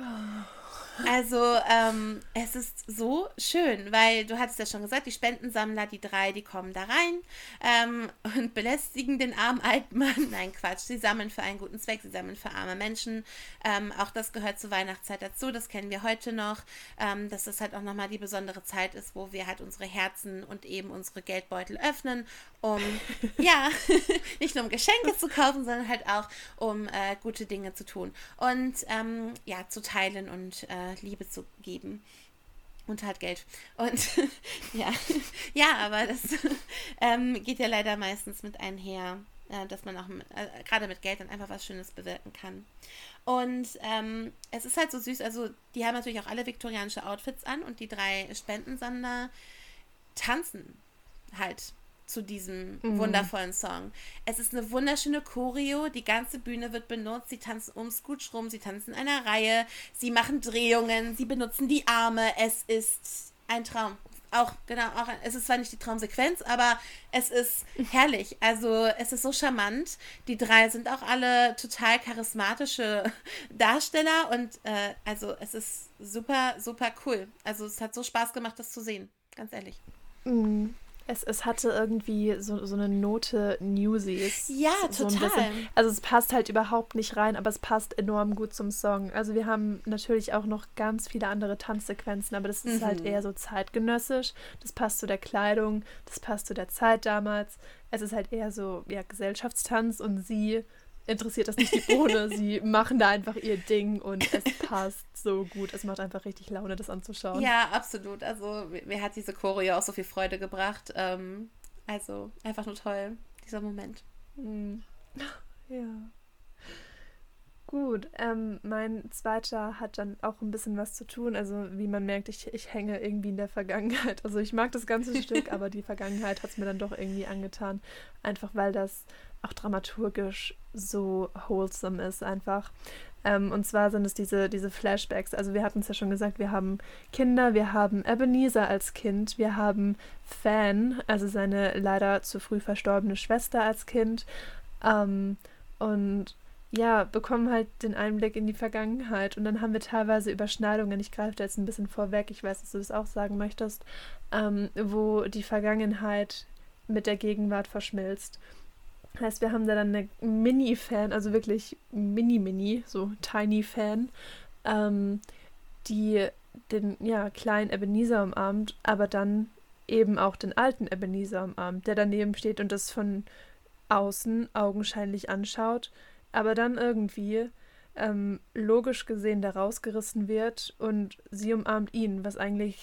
Also ähm, es ist so schön, weil du hattest ja schon gesagt, die Spendensammler, die drei, die kommen da rein ähm, und belästigen den armen alten Mann. Nein, Quatsch, sie sammeln für einen guten Zweck, sie sammeln für arme Menschen. Ähm, auch das gehört zur Weihnachtszeit dazu, das kennen wir heute noch, ähm, dass das halt auch nochmal die besondere Zeit ist, wo wir halt unsere Herzen und eben unsere Geldbeutel öffnen, um, ja, nicht nur um Geschenke zu kaufen, sondern halt auch um äh, gute Dinge zu tun und ähm, ja, zu teilen und äh, Liebe zu geben und halt Geld. Und ja, ja, aber das ähm, geht ja leider meistens mit einher, äh, dass man auch mit, äh, gerade mit Geld dann einfach was Schönes bewirken kann. Und ähm, es ist halt so süß, also die haben natürlich auch alle viktorianische Outfits an und die drei Spendensammler tanzen halt zu diesem mhm. wundervollen Song. Es ist eine wunderschöne Choreo, die ganze Bühne wird benutzt, sie tanzen um Scrooge rum, sie tanzen in einer Reihe, sie machen Drehungen, sie benutzen die Arme, es ist ein Traum. Auch, genau, auch, es ist zwar nicht die Traumsequenz, aber es ist herrlich, also es ist so charmant, die drei sind auch alle total charismatische Darsteller und äh, also es ist super, super cool, also es hat so Spaß gemacht, das zu sehen, ganz ehrlich. Mhm. Es, es hatte irgendwie so, so eine Note Newsies. Ja, so total. Bisschen, also es passt halt überhaupt nicht rein, aber es passt enorm gut zum Song. Also wir haben natürlich auch noch ganz viele andere Tanzsequenzen, aber das ist mhm. halt eher so zeitgenössisch. Das passt zu der Kleidung, das passt zu der Zeit damals. Es ist halt eher so, ja, Gesellschaftstanz und sie interessiert das nicht die Bohne. Sie machen da einfach ihr Ding und es passt so gut. Es macht einfach richtig Laune, das anzuschauen. Ja, absolut. Also mir hat diese Choreo auch so viel Freude gebracht. Ähm, also einfach nur toll, dieser Moment. Mhm. Ja. Gut, ähm, mein zweiter hat dann auch ein bisschen was zu tun. Also wie man merkt, ich, ich hänge irgendwie in der Vergangenheit. Also ich mag das ganze Stück, aber die Vergangenheit hat es mir dann doch irgendwie angetan. Einfach weil das auch dramaturgisch so wholesome ist einfach. Ähm, und zwar sind es diese, diese Flashbacks. Also wir hatten es ja schon gesagt, wir haben Kinder, wir haben Ebenezer als Kind, wir haben Fan, also seine leider zu früh verstorbene Schwester als Kind. Ähm, und ja, bekommen halt den Einblick in die Vergangenheit und dann haben wir teilweise Überschneidungen, ich greife da jetzt ein bisschen vorweg, ich weiß, dass du das auch sagen möchtest, ähm, wo die Vergangenheit mit der Gegenwart verschmilzt. Heißt, wir haben da dann eine Mini-Fan, also wirklich Mini-Mini, so Tiny-Fan, ähm, die den ja, kleinen Ebenezer umarmt, aber dann eben auch den alten Ebenezer umarmt, der daneben steht und das von außen augenscheinlich anschaut, aber dann irgendwie ähm, logisch gesehen da rausgerissen wird und sie umarmt ihn, was eigentlich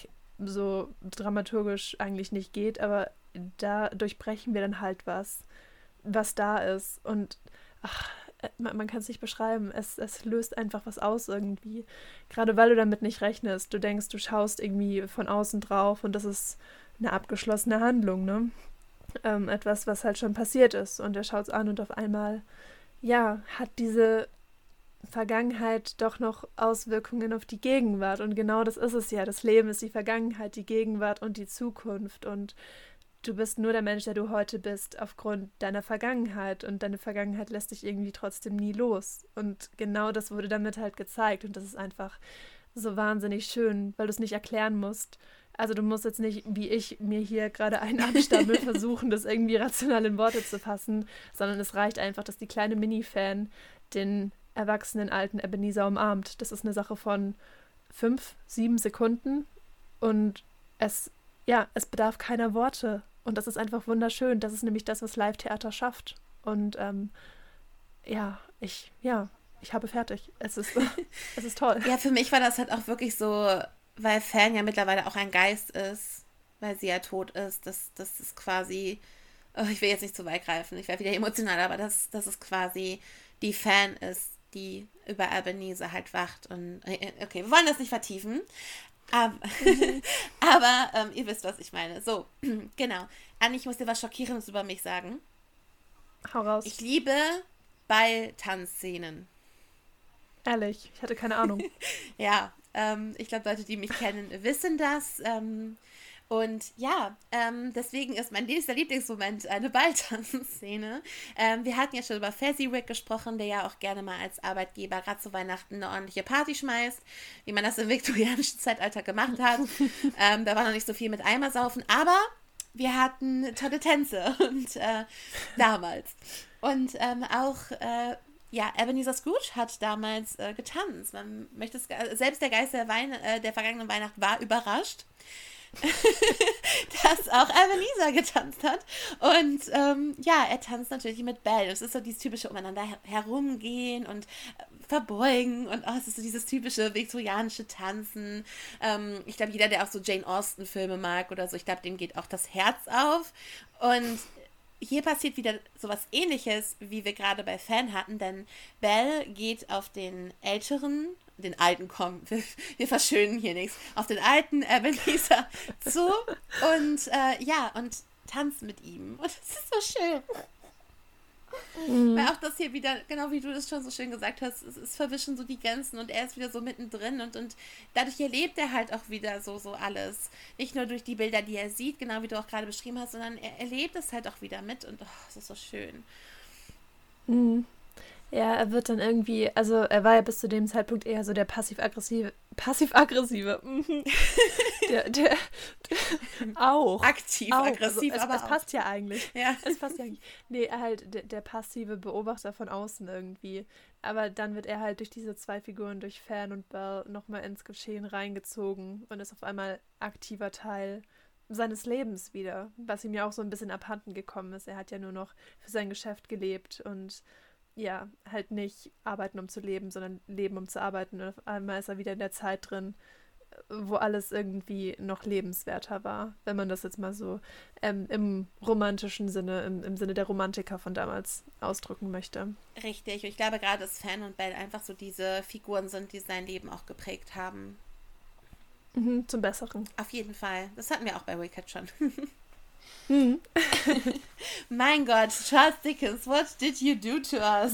so dramaturgisch eigentlich nicht geht, aber da durchbrechen wir dann halt was, was da ist. Und ach, man, man kann es nicht beschreiben. Es, es löst einfach was aus irgendwie. Gerade weil du damit nicht rechnest. Du denkst, du schaust irgendwie von außen drauf und das ist eine abgeschlossene Handlung, ne? Ähm, etwas, was halt schon passiert ist. Und er schaut es an und auf einmal, ja, hat diese Vergangenheit doch noch Auswirkungen auf die Gegenwart. Und genau das ist es ja. Das Leben ist die Vergangenheit, die Gegenwart und die Zukunft. Und du bist nur der Mensch, der du heute bist, aufgrund deiner Vergangenheit. Und deine Vergangenheit lässt dich irgendwie trotzdem nie los. Und genau das wurde damit halt gezeigt. Und das ist einfach so wahnsinnig schön, weil du es nicht erklären musst. Also du musst jetzt nicht, wie ich, mir hier gerade einen abstammeln, versuchen, das irgendwie rational in Worte zu fassen, sondern es reicht einfach, dass die kleine Mini-Fan den erwachsenen alten Ebenezer umarmt. Das ist eine Sache von fünf, sieben Sekunden und es, ja, es bedarf keiner Worte. Und das ist einfach wunderschön. Das ist nämlich das, was Live-Theater schafft. Und ähm, ja, ich, ja, ich habe fertig. Es ist, es ist toll. Ja, für mich war das halt auch wirklich so, weil Fan ja mittlerweile auch ein Geist ist, weil sie ja tot ist. Das, das ist quasi, oh, ich will jetzt nicht zu weit greifen, ich werde wieder emotional, aber das, das ist quasi die Fan ist, die über Ebenezer halt wacht. Und okay, wir wollen das nicht vertiefen. Aber, mhm. aber ähm, ihr wisst, was ich meine. So, genau. Anni, ich muss dir was Schockierendes über mich sagen. Hau raus. Ich liebe Ball-Tanzszenen. Ehrlich, ich hatte keine Ahnung. Ja, ähm, ich glaube, Leute, die mich kennen, wissen das. Ähm, und ja, ähm, deswegen ist mein nächster Lieblingsmoment eine Balltanzszene. Ähm, wir hatten ja schon über Fezziwig gesprochen, der ja auch gerne mal als Arbeitgeber gerade zu Weihnachten eine ordentliche Party schmeißt, wie man das im viktorianischen Zeitalter gemacht hat. ähm, da war noch nicht so viel mit Eimersaufen, aber wir hatten tolle Tänze und äh, damals. Und ähm, auch äh, ja, Ebenezer Scrooge hat damals äh, getanzt. Man möchte es, selbst der Geist der, Weine, äh, der vergangenen Weihnacht war überrascht, dass auch Ebenezer getanzt hat. Und ähm, ja, er tanzt natürlich mit Belle. Es ist so dieses typische umeinander her- herumgehen und äh, verbeugen. Und oh, es ist so dieses typische viktorianische Tanzen. Ähm, ich glaube, jeder, der auch so Jane Austen-Filme mag oder so, ich glaube, dem geht auch das Herz auf. Und hier passiert wieder sowas Ähnliches, wie wir gerade bei Fan hatten, denn Belle geht auf den älteren, den alten, komm, wir, wir verschönen hier nichts, auf den alten Ebenezer zu und äh, ja, und tanzt mit ihm. Und das ist so schön. Mhm. Weil auch das hier wieder, genau wie du das schon so schön gesagt hast, es, es verwischen so die Grenzen und er ist wieder so mittendrin und, und dadurch erlebt er halt auch wieder so, so alles. Nicht nur durch die Bilder, die er sieht, genau wie du auch gerade beschrieben hast, sondern er erlebt es halt auch wieder mit und oh, es ist so schön. Mhm. Ja, er wird dann irgendwie, also er war ja bis zu dem Zeitpunkt eher so der passiv-aggressive, passiv-aggressive, der, der, der, auch. Aktiv-aggressiv, also, aber es, es passt ja eigentlich. Ja. Es passt ja eigentlich. Nee, halt der, der passive Beobachter von außen irgendwie. Aber dann wird er halt durch diese zwei Figuren, durch Fan und Belle, nochmal ins Geschehen reingezogen und ist auf einmal aktiver Teil seines Lebens wieder, was ihm ja auch so ein bisschen abhanden gekommen ist. Er hat ja nur noch für sein Geschäft gelebt und ja, halt nicht arbeiten, um zu leben, sondern leben, um zu arbeiten. Und auf einmal ist er wieder in der Zeit drin, wo alles irgendwie noch lebenswerter war, wenn man das jetzt mal so ähm, im romantischen Sinne, im, im Sinne der Romantiker von damals ausdrücken möchte. Richtig, und ich glaube gerade, dass Fan und Belle einfach so diese Figuren sind, die sein Leben auch geprägt haben. Mhm, zum Besseren. Auf jeden Fall. Das hatten wir auch bei Wicked schon. Mhm. Mein Gott, Charles Dickens, what did you do to us?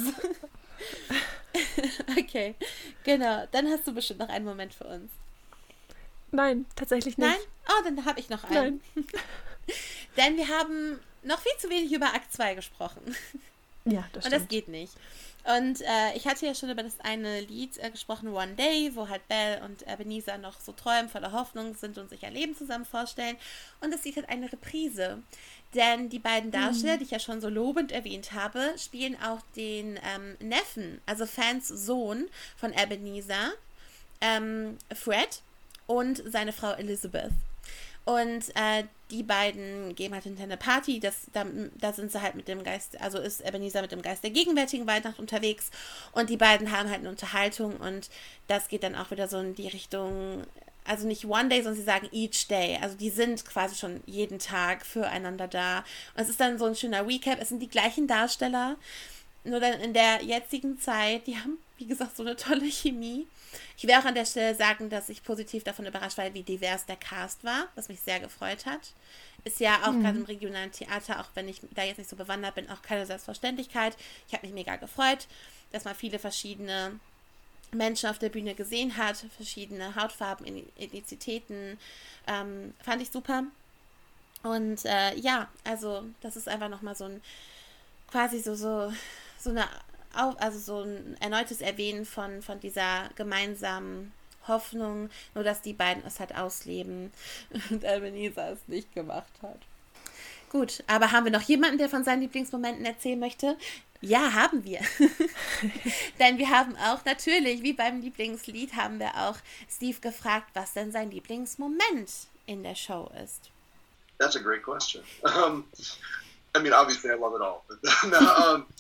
Okay, genau. Dann hast du bestimmt noch einen Moment für uns. Nein, tatsächlich nicht. Nein? Oh, dann habe ich noch einen. Nein. Denn wir haben noch viel zu wenig über Akt zwei gesprochen. Ja, das stimmt. Und das geht nicht. Und äh, ich hatte ja schon über das eine Lied äh, gesprochen, One Day, wo halt Belle und Ebenezer noch so träumen, voller Hoffnung sind und sich ein Leben zusammen vorstellen. Und das Lied hat eine Reprise. Denn die beiden Darsteller, mhm. die ich ja schon so lobend erwähnt habe, spielen auch den ähm, Neffen, also Fans Sohn von Ebenezer, ähm, Fred, und seine Frau Elizabeth. Und äh, die beiden geben halt hinter eine Party, das, da, da sind sie halt mit dem Geist, also ist Ebenezer mit dem Geist der gegenwärtigen Weihnacht unterwegs und die beiden haben halt eine Unterhaltung und das geht dann auch wieder so in die Richtung, also nicht one day, sondern sie sagen each day. Also die sind quasi schon jeden Tag füreinander da. Und es ist dann so ein schöner Recap. Es sind die gleichen Darsteller, nur dann in der jetzigen Zeit. Die haben, wie gesagt, so eine tolle Chemie. Ich will auch an der Stelle sagen, dass ich positiv davon überrascht war, wie divers der Cast war, was mich sehr gefreut hat. Ist ja auch mhm. gerade im regionalen Theater, auch wenn ich da jetzt nicht so bewandert bin, auch keine Selbstverständlichkeit. Ich habe mich mega gefreut, dass man viele verschiedene Menschen auf der Bühne gesehen hat, verschiedene Hautfarben, Ethnizitäten, ähm, fand ich super. Und äh, ja, also das ist einfach nochmal so ein, quasi so, so, so eine, also so ein erneutes Erwähnen von, von dieser gemeinsamen Hoffnung, nur dass die beiden es halt ausleben und Ebenezer es nicht gemacht hat. Gut, aber haben wir noch jemanden, der von seinen Lieblingsmomenten erzählen möchte? Ja, haben wir. Denn wir haben auch natürlich, wie beim Lieblingslied, haben wir auch Steve gefragt, was denn sein Lieblingsmoment in der Show ist. That's a great question. Um, I mean, obviously I love it all. But, no, um,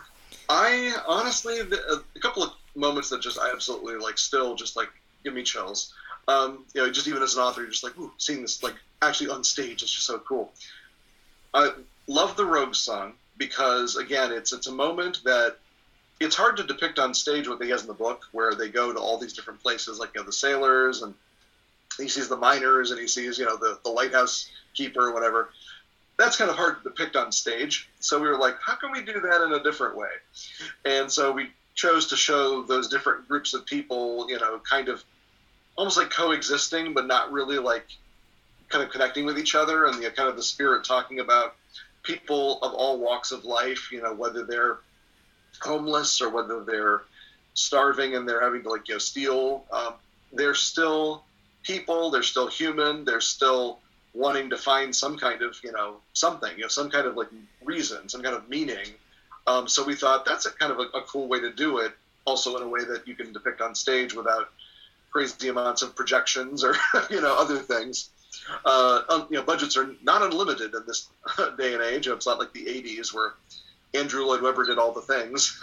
I honestly, the, a couple of moments that just I absolutely like still just like give me chills. Um, you know, just even as an author, you're just like, ooh, seeing this like actually on stage is just so cool. I love the Rogue song because again, it's it's a moment that it's hard to depict on stage what he has in the book, where they go to all these different places, like you know the sailors, and he sees the miners, and he sees you know the the lighthouse keeper or whatever. That's kind of hard to depict on stage. So we were like, how can we do that in a different way? And so we chose to show those different groups of people, you know, kind of almost like coexisting, but not really like kind of connecting with each other, and the kind of the spirit talking about people of all walks of life, you know, whether they're homeless or whether they're starving and they're having to like, you know, steal. Um, they're still people, they're still human, they're still wanting to find some kind of, you know, something, you know, some kind of like reason, some kind of meaning. Um, so we thought that's a kind of a, a cool way to do it, also in a way that you can depict on stage without crazy amounts of projections or, you know, other things. Uh, um, you know, budgets are not unlimited in this day and age. It's not like the eighties where Andrew Lloyd Webber did all the things.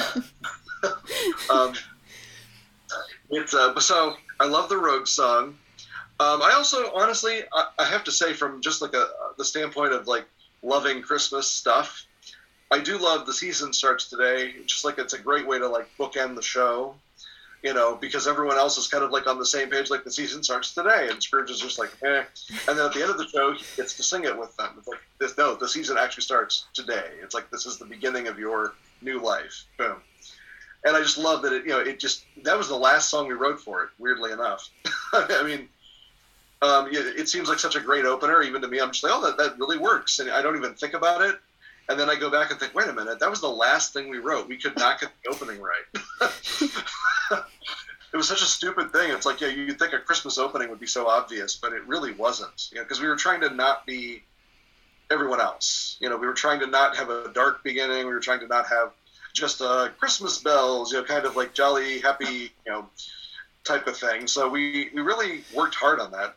um, it's uh, so I love the Rogue song. Um, I also, honestly, I, I have to say, from just like a the standpoint of like loving Christmas stuff, I do love The Season Starts Today. Just like it's a great way to like bookend the show, you know, because everyone else is kind of like on the same page, like the season starts today, and Scrooge is just like, eh. And then at the end of the show, he gets to sing it with them. It's like, this, no, the season actually starts today. It's like, this is the beginning of your new life. Boom. And I just love that it, you know, it just, that was the last song we wrote for it, weirdly enough. I mean, um, it, it seems like such a great opener, even to me. I'm just like, oh, that, that really works. And I don't even think about it. And then I go back and think, wait a minute, that was the last thing we wrote. We could not get the opening right. It was such a stupid thing. It's like, yeah, you'd think a Christmas opening would be so obvious, but it really wasn't. You know, because we were trying to not be everyone else. You know, we were trying to not have a dark beginning. We were trying to not have just uh, Christmas bells, you know, kind of like jolly, happy, you know, type of thing. So we, we really worked hard on that.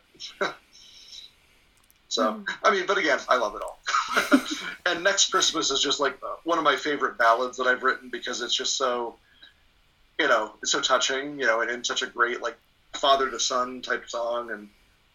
So, mm. I mean, but again, I love it all. And Next Christmas is just like one of my favorite ballads that I've written, because it's just so, you know, it's so touching, you know, and, and such a great, like, father to son type song. And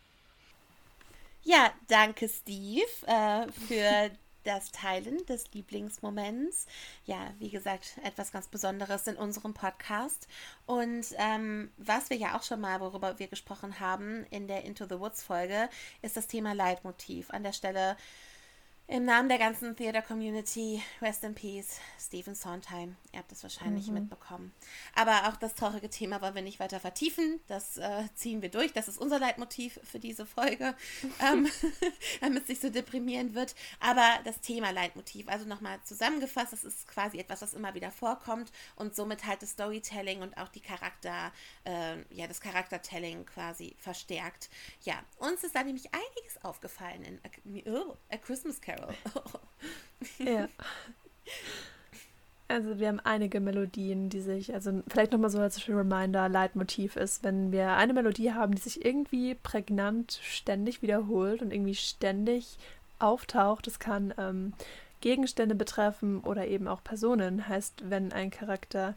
ja, danke Steve äh, für das Teilen des Lieblingsmoments. Ja, wie gesagt, etwas ganz Besonderes in unserem Podcast. Und ähm, was wir ja auch schon mal, worüber wir gesprochen haben in der Into the Woods Folge, ist das Thema Leitmotiv. An der Stelle im Namen der ganzen Theater-Community, rest in peace, Stephen Sondheim. Ihr habt es wahrscheinlich mhm. mitbekommen. Aber auch das traurige Thema wollen wir nicht weiter vertiefen. Das äh, ziehen wir durch. Das ist unser Leitmotiv für diese Folge, ähm, damit es nicht so deprimierend wird. Aber das Thema Leitmotiv, also nochmal zusammengefasst, das ist quasi etwas, was immer wieder vorkommt und somit halt das Storytelling und auch die Charakter, äh, ja, das Charaktertelling quasi verstärkt. Ja, uns ist da nämlich einiges aufgefallen in A, oh, A Christmas Carol. Ja. Also wir haben einige Melodien, die sich, also vielleicht nochmal so als Reminder, Leitmotiv ist, wenn wir eine Melodie haben, die sich irgendwie prägnant ständig wiederholt und irgendwie ständig auftaucht. Das kann ähm, Gegenstände betreffen oder eben auch Personen. Heißt, wenn ein Charakter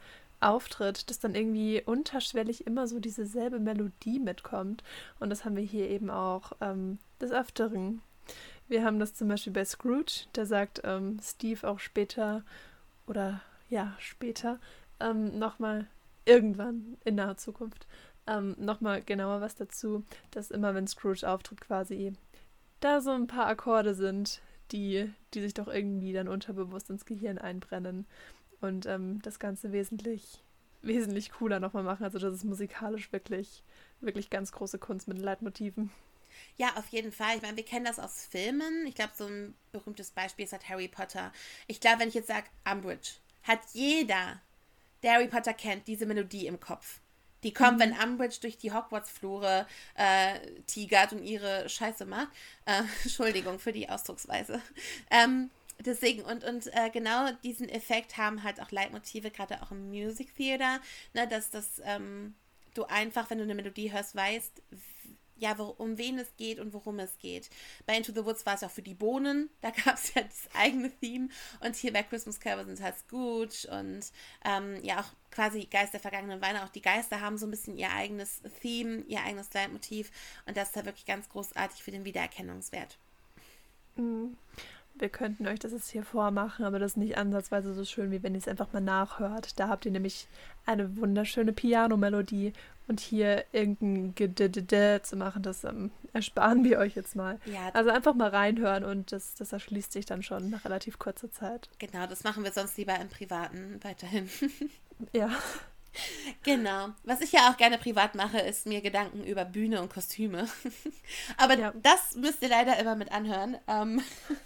auftritt, dass dann irgendwie unterschwellig immer so diese selbe Melodie mitkommt. Und das haben wir hier eben auch ähm, des Öfteren. Wir haben das zum Beispiel bei Scrooge, da sagt ähm, Steve auch später, oder ja, später, ähm, nochmal irgendwann in naher Zukunft, ähm, nochmal genauer was dazu, dass immer, wenn Scrooge auftritt, quasi da so ein paar Akkorde sind, die, die sich doch irgendwie dann unterbewusst ins Gehirn einbrennen und ähm, das Ganze wesentlich, wesentlich cooler nochmal machen. Also das ist musikalisch wirklich, wirklich ganz große Kunst mit Leitmotiven. Ja, auf jeden Fall. Ich meine, wir kennen das aus Filmen. Ich glaube, so ein berühmtes Beispiel ist halt Harry Potter. Ich glaube, wenn ich jetzt sage Umbridge, hat jeder, der Harry Potter kennt, diese Melodie im Kopf. Die kommt, mhm. wenn Umbridge durch die Hogwarts-Flure äh, tigert und ihre Scheiße macht. Äh, Entschuldigung für die Ausdrucksweise. Ähm, deswegen, und, und äh, genau diesen Effekt haben halt auch Leitmotive, gerade auch im Music Theater, ne, dass das, ähm, du einfach, wenn du eine Melodie hörst, weißt, ja, wo, um wen es geht und worum es geht. Bei Into the Woods war es auch für die Bohnen, da gab es ja das eigene Theme und hier bei Christmas Carol sind es halt Scrooge und ähm, ja auch quasi Geist der vergangenen Weihnachten. Auch die Geister haben so ein bisschen ihr eigenes Theme, ihr eigenes Leitmotiv und das ist da wirklich ganz großartig für den Wiedererkennungswert. Mhm. Wir könnten euch das jetzt hier vormachen, aber das ist nicht ansatzweise so schön, wie wenn ihr es einfach mal nachhört. Da habt ihr nämlich eine wunderschöne Piano-Melodie und hier irgendein Gedidide zu machen, das ähm, ersparen wir euch jetzt mal. Ja, also einfach mal reinhören und das, das erschließt sich dann schon nach relativ kurzer Zeit. Genau, das machen wir sonst lieber im Privaten weiterhin. Ja. Genau. Was ich ja auch gerne privat mache, ist mir Gedanken über Bühne und Kostüme. Aber ja. Das müsst ihr leider immer mit anhören. Ähm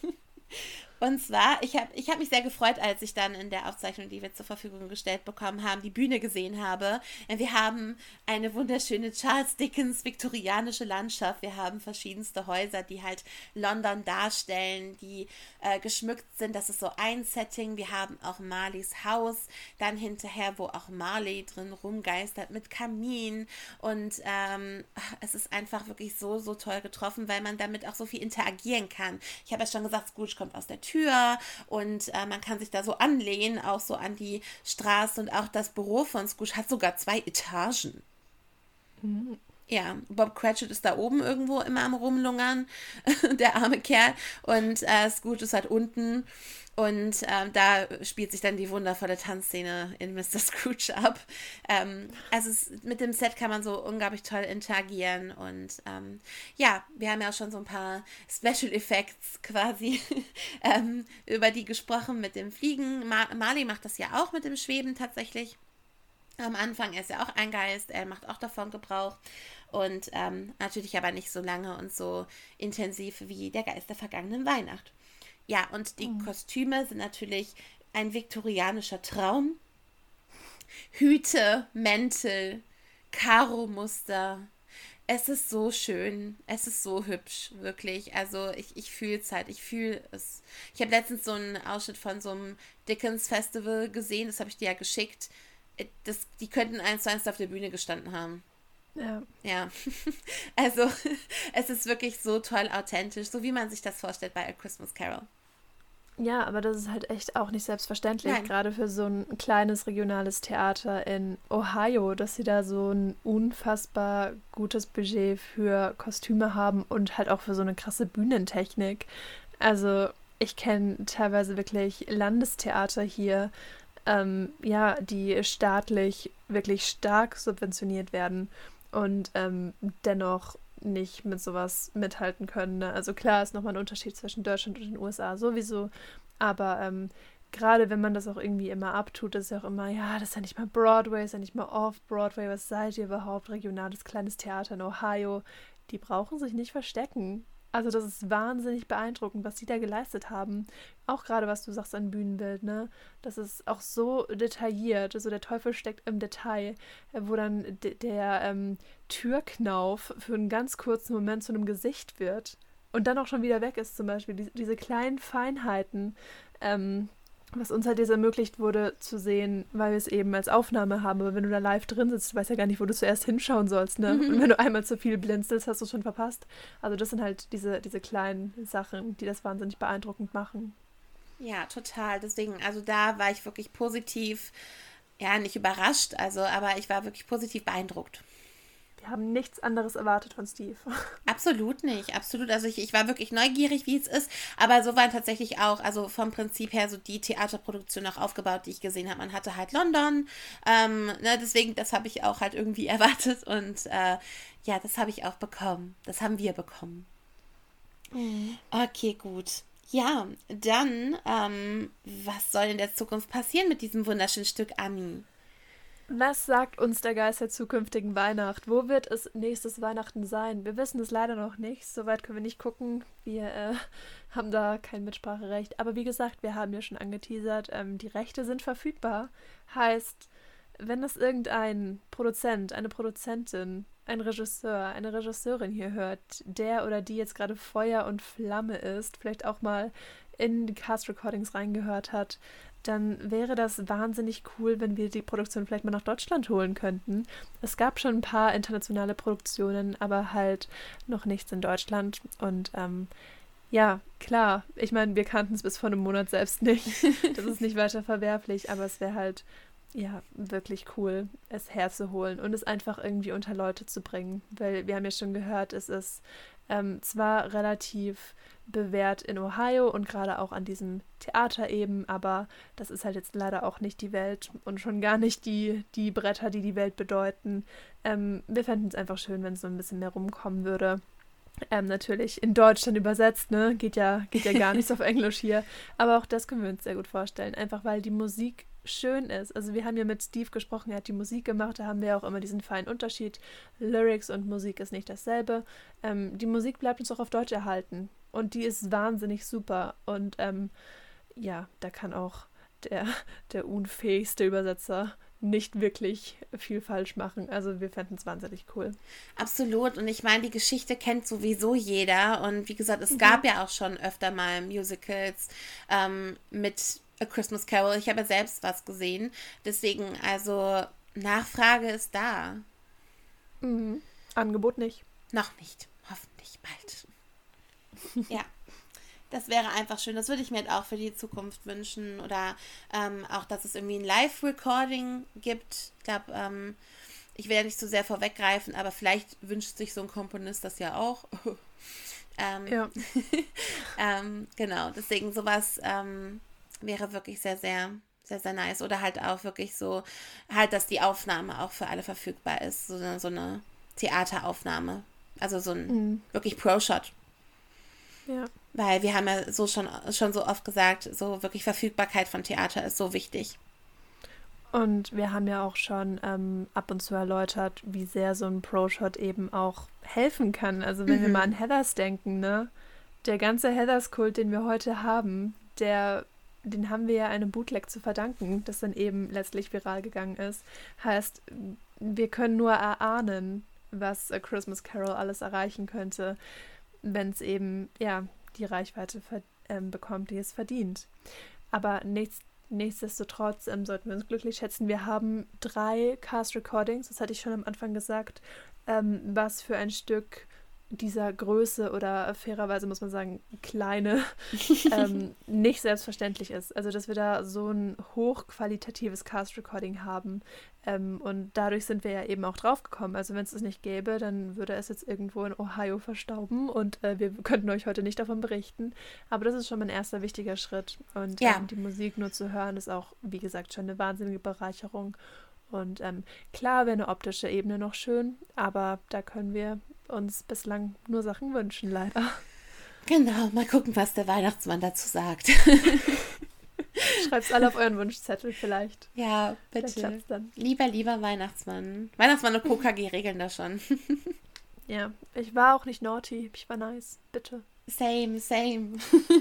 Und zwar, ich habe ich hab mich sehr gefreut, als ich dann in der Aufzeichnung, die wir zur Verfügung gestellt bekommen haben, die Bühne gesehen habe. Wir haben eine wunderschöne Charles Dickens viktorianische Landschaft. Wir haben verschiedenste Häuser, die halt London darstellen, die äh, geschmückt sind. Das ist so ein Setting. Wir haben auch Marleys Haus, dann hinterher, wo auch Marley drin rumgeistert mit Kamin. Und ähm, es ist einfach wirklich so, so toll getroffen, weil man damit auch so viel interagieren kann. Ich habe ja schon gesagt, Scrooge kommt aus der Tür und äh, man kann sich da so anlehnen, auch so an die Straße und auch das Büro von Scrooge hat sogar zwei Etagen. Mhm. Ja, Bob Cratchit ist da oben irgendwo immer am Rumlungern, der arme Kerl, und äh, Scrooge ist halt unten und äh, da spielt sich dann die wundervolle Tanzszene in Mister Scrooge ab. Ähm, also es, mit dem Set kann man so unglaublich toll interagieren und ähm, ja, wir haben ja auch schon so ein paar Special Effects quasi ähm, über die gesprochen mit dem Fliegen. Mar- Marley macht das ja auch mit dem Schweben tatsächlich. Am Anfang, er ist ja auch ein Geist, er macht auch davon Gebrauch und ähm, natürlich aber nicht so lange und so intensiv wie der Geist der vergangenen Weihnacht. Ja, und die mhm. Kostüme sind natürlich ein viktorianischer Traum. Hüte, Mäntel, Karo-Muster. Es ist so schön, es ist so hübsch, wirklich. Also ich, ich fühle es halt, ich fühle es. Ich habe letztens so einen Ausschnitt von so einem Dickens-Festival gesehen, das habe ich dir ja geschickt. Das, die könnten eins zu eins auf der Bühne gestanden haben. Ja. Ja. Also, es ist wirklich so toll authentisch, so wie man sich das vorstellt bei A Christmas Carol. Ja, aber das ist halt echt auch nicht selbstverständlich, Nein. Gerade für so ein kleines regionales Theater in Ohio, dass sie da so ein unfassbar gutes Budget für Kostüme haben und halt auch für so eine krasse Bühnentechnik. Also, ich kenne teilweise wirklich Landestheater hier, Ähm, ja, die staatlich wirklich stark subventioniert werden und ähm, dennoch nicht mit sowas mithalten können. Ne? Also klar ist nochmal ein Unterschied zwischen Deutschland und den U S A sowieso, aber ähm, gerade wenn man das auch irgendwie immer abtut, ist ja auch immer, ja, das ist ja nicht mal Broadway, ist ja nicht mal Off-Broadway, was seid ihr überhaupt? Regionales kleines Theater in Ohio, die brauchen sich nicht verstecken. Also das ist wahnsinnig beeindruckend, was die da geleistet haben. Auch gerade, was du sagst an Bühnenbild, ne? Das ist auch so detailliert. Also der Teufel steckt im Detail, wo dann d- der ähm, Türknauf für einen ganz kurzen Moment zu einem Gesicht wird und dann auch schon wieder weg ist zum Beispiel. Die, diese kleinen Feinheiten, ähm, was uns halt jetzt ermöglicht wurde zu sehen, weil wir es eben als Aufnahme haben. Aber wenn du da live drin sitzt, du weißt ja gar nicht, wo du zuerst hinschauen sollst, ne? Mhm. Und wenn du einmal zu viel blinzelst, hast du es schon verpasst. Also das sind halt diese, diese kleinen Sachen, die das wahnsinnig beeindruckend machen. Ja, total. Deswegen, also da war ich wirklich positiv ja, nicht überrascht, also, aber ich war wirklich positiv beeindruckt. Wir haben nichts anderes erwartet von Steve. Absolut nicht, absolut. Also ich, ich war wirklich neugierig, wie es ist, aber so waren tatsächlich auch, also vom Prinzip her so die Theaterproduktion auch aufgebaut, die ich gesehen habe. Man hatte halt London, ähm, ne, deswegen, das habe ich auch halt irgendwie erwartet und äh, ja, das habe ich auch bekommen. Das haben wir bekommen. Mhm. Okay, gut. Ja, dann, ähm, was soll in der Zukunft passieren mit diesem wunderschönen Stück, Ami? Was sagt uns der Geist der zukünftigen Weihnacht? Wo wird es nächstes Weihnachten sein? Wir wissen es leider noch nicht. Soweit können wir nicht gucken. Wir äh, haben da kein Mitspracherecht. Aber wie gesagt, wir haben ja schon angeteasert, ähm, die Rechte sind verfügbar. Heißt, wenn es irgendein Produzent, eine Produzentin, ein Regisseur, eine Regisseurin hier hört, der oder die jetzt gerade Feuer und Flamme ist, vielleicht auch mal in die Cast-Recordings reingehört hat, dann wäre das wahnsinnig cool, wenn wir die Produktion vielleicht mal nach Deutschland holen könnten. Es gab schon ein paar internationale Produktionen, aber halt noch nichts in Deutschland. Und ähm, ja, klar, ich meine, wir kannten es bis vor einem Monat selbst nicht. Das ist nicht weiter verwerflich, aber es wäre halt, ja, wirklich cool, es herzuholen und es einfach irgendwie unter Leute zu bringen. Weil wir haben ja schon gehört, es ist ähm, zwar relativ bewährt in Ohio und gerade auch an diesem Theater eben, aber das ist halt jetzt leider auch nicht die Welt und schon gar nicht die, die Bretter, die die Welt bedeuten. Ähm, wir fänden es einfach schön, wenn es so ein bisschen mehr rumkommen würde. Ähm, natürlich in Deutsch dann übersetzt, ne? Geht ja, geht ja gar nichts auf Englisch hier. Aber auch das können wir uns sehr gut vorstellen, einfach weil die Musik schön ist. Also wir haben ja mit Steve gesprochen, er hat die Musik gemacht, da haben wir auch immer diesen feinen Unterschied. Lyrics und Musik ist nicht dasselbe. Ähm, die Musik bleibt uns auch auf Deutsch erhalten und die ist wahnsinnig super und ähm, ja, da kann auch der, der unfähigste Übersetzer nicht wirklich viel falsch machen. Also wir fänden es wahnsinnig cool. Absolut. Und ich meine, die Geschichte kennt sowieso jeder. Und wie gesagt, es mhm. gab ja auch schon öfter mal Musicals ähm, mit A Christmas Carol. Ich habe ja selbst was gesehen. Deswegen, also Nachfrage ist da. Mhm. Angebot nicht. Noch nicht. Hoffentlich bald. Ja. Das wäre einfach schön. Das würde ich mir halt auch für die Zukunft wünschen. Oder ähm, auch, dass es irgendwie ein Live-Recording gibt. Ich glaube, ähm, ich will ja nicht so sehr vorweggreifen, aber vielleicht wünscht sich so ein Komponist das ja auch. ähm, ja. ähm, genau, deswegen sowas ähm, wäre wirklich sehr, sehr, sehr, sehr nice. Oder halt auch wirklich so, halt, dass die Aufnahme auch für alle verfügbar ist. So eine, so eine Theateraufnahme. Also so ein mhm. wirklich Pro-Shot. Ja. Weil wir haben ja so schon, schon so oft gesagt, so wirklich Verfügbarkeit von Theater ist so wichtig. Und wir haben ja auch schon ähm, ab und zu erläutert, wie sehr so ein Pro-Shot eben auch helfen kann. Also wenn mhm. wir mal an Heathers denken, ne? Der ganze Heathers-Kult, den wir heute haben, der, den haben wir ja einem Bootleg zu verdanken, das dann eben letztlich viral gegangen ist. Heißt, wir können nur erahnen, was A Christmas Carol alles erreichen könnte, wenn es eben, ja, die Reichweite ver- ähm, bekommt, die es verdient. Aber nichts, nichtsdestotrotz ähm, sollten wir uns glücklich schätzen. Wir haben drei Cast-Recordings, das hatte ich schon am Anfang gesagt, ähm, was für ein Stück dieser Größe oder fairerweise muss man sagen, kleine, ähm, nicht selbstverständlich ist. Also, dass wir da so ein hochqualitatives Cast-Recording haben. Ähm, und dadurch sind wir ja eben auch drauf gekommen. Also, wenn es das nicht gäbe, dann würde es jetzt irgendwo in Ohio verstauben und äh, wir könnten euch heute nicht davon berichten. Aber das ist schon mal ein erster wichtiger Schritt. Und ja. ähm, die Musik nur zu hören, ist auch, wie gesagt, schon eine wahnsinnige Bereicherung. Und ähm, klar wäre eine optische Ebene noch schön, aber da können wir uns bislang nur Sachen wünschen, leider. Genau, mal gucken, was der Weihnachtsmann dazu sagt. Schreibt's alle auf euren Wunschzettel vielleicht. Ja, bitte. Dann. Lieber, lieber Weihnachtsmann. Weihnachtsmann und K K G regeln das schon. Ja, ich war auch nicht naughty, ich war nice, bitte. Same, same.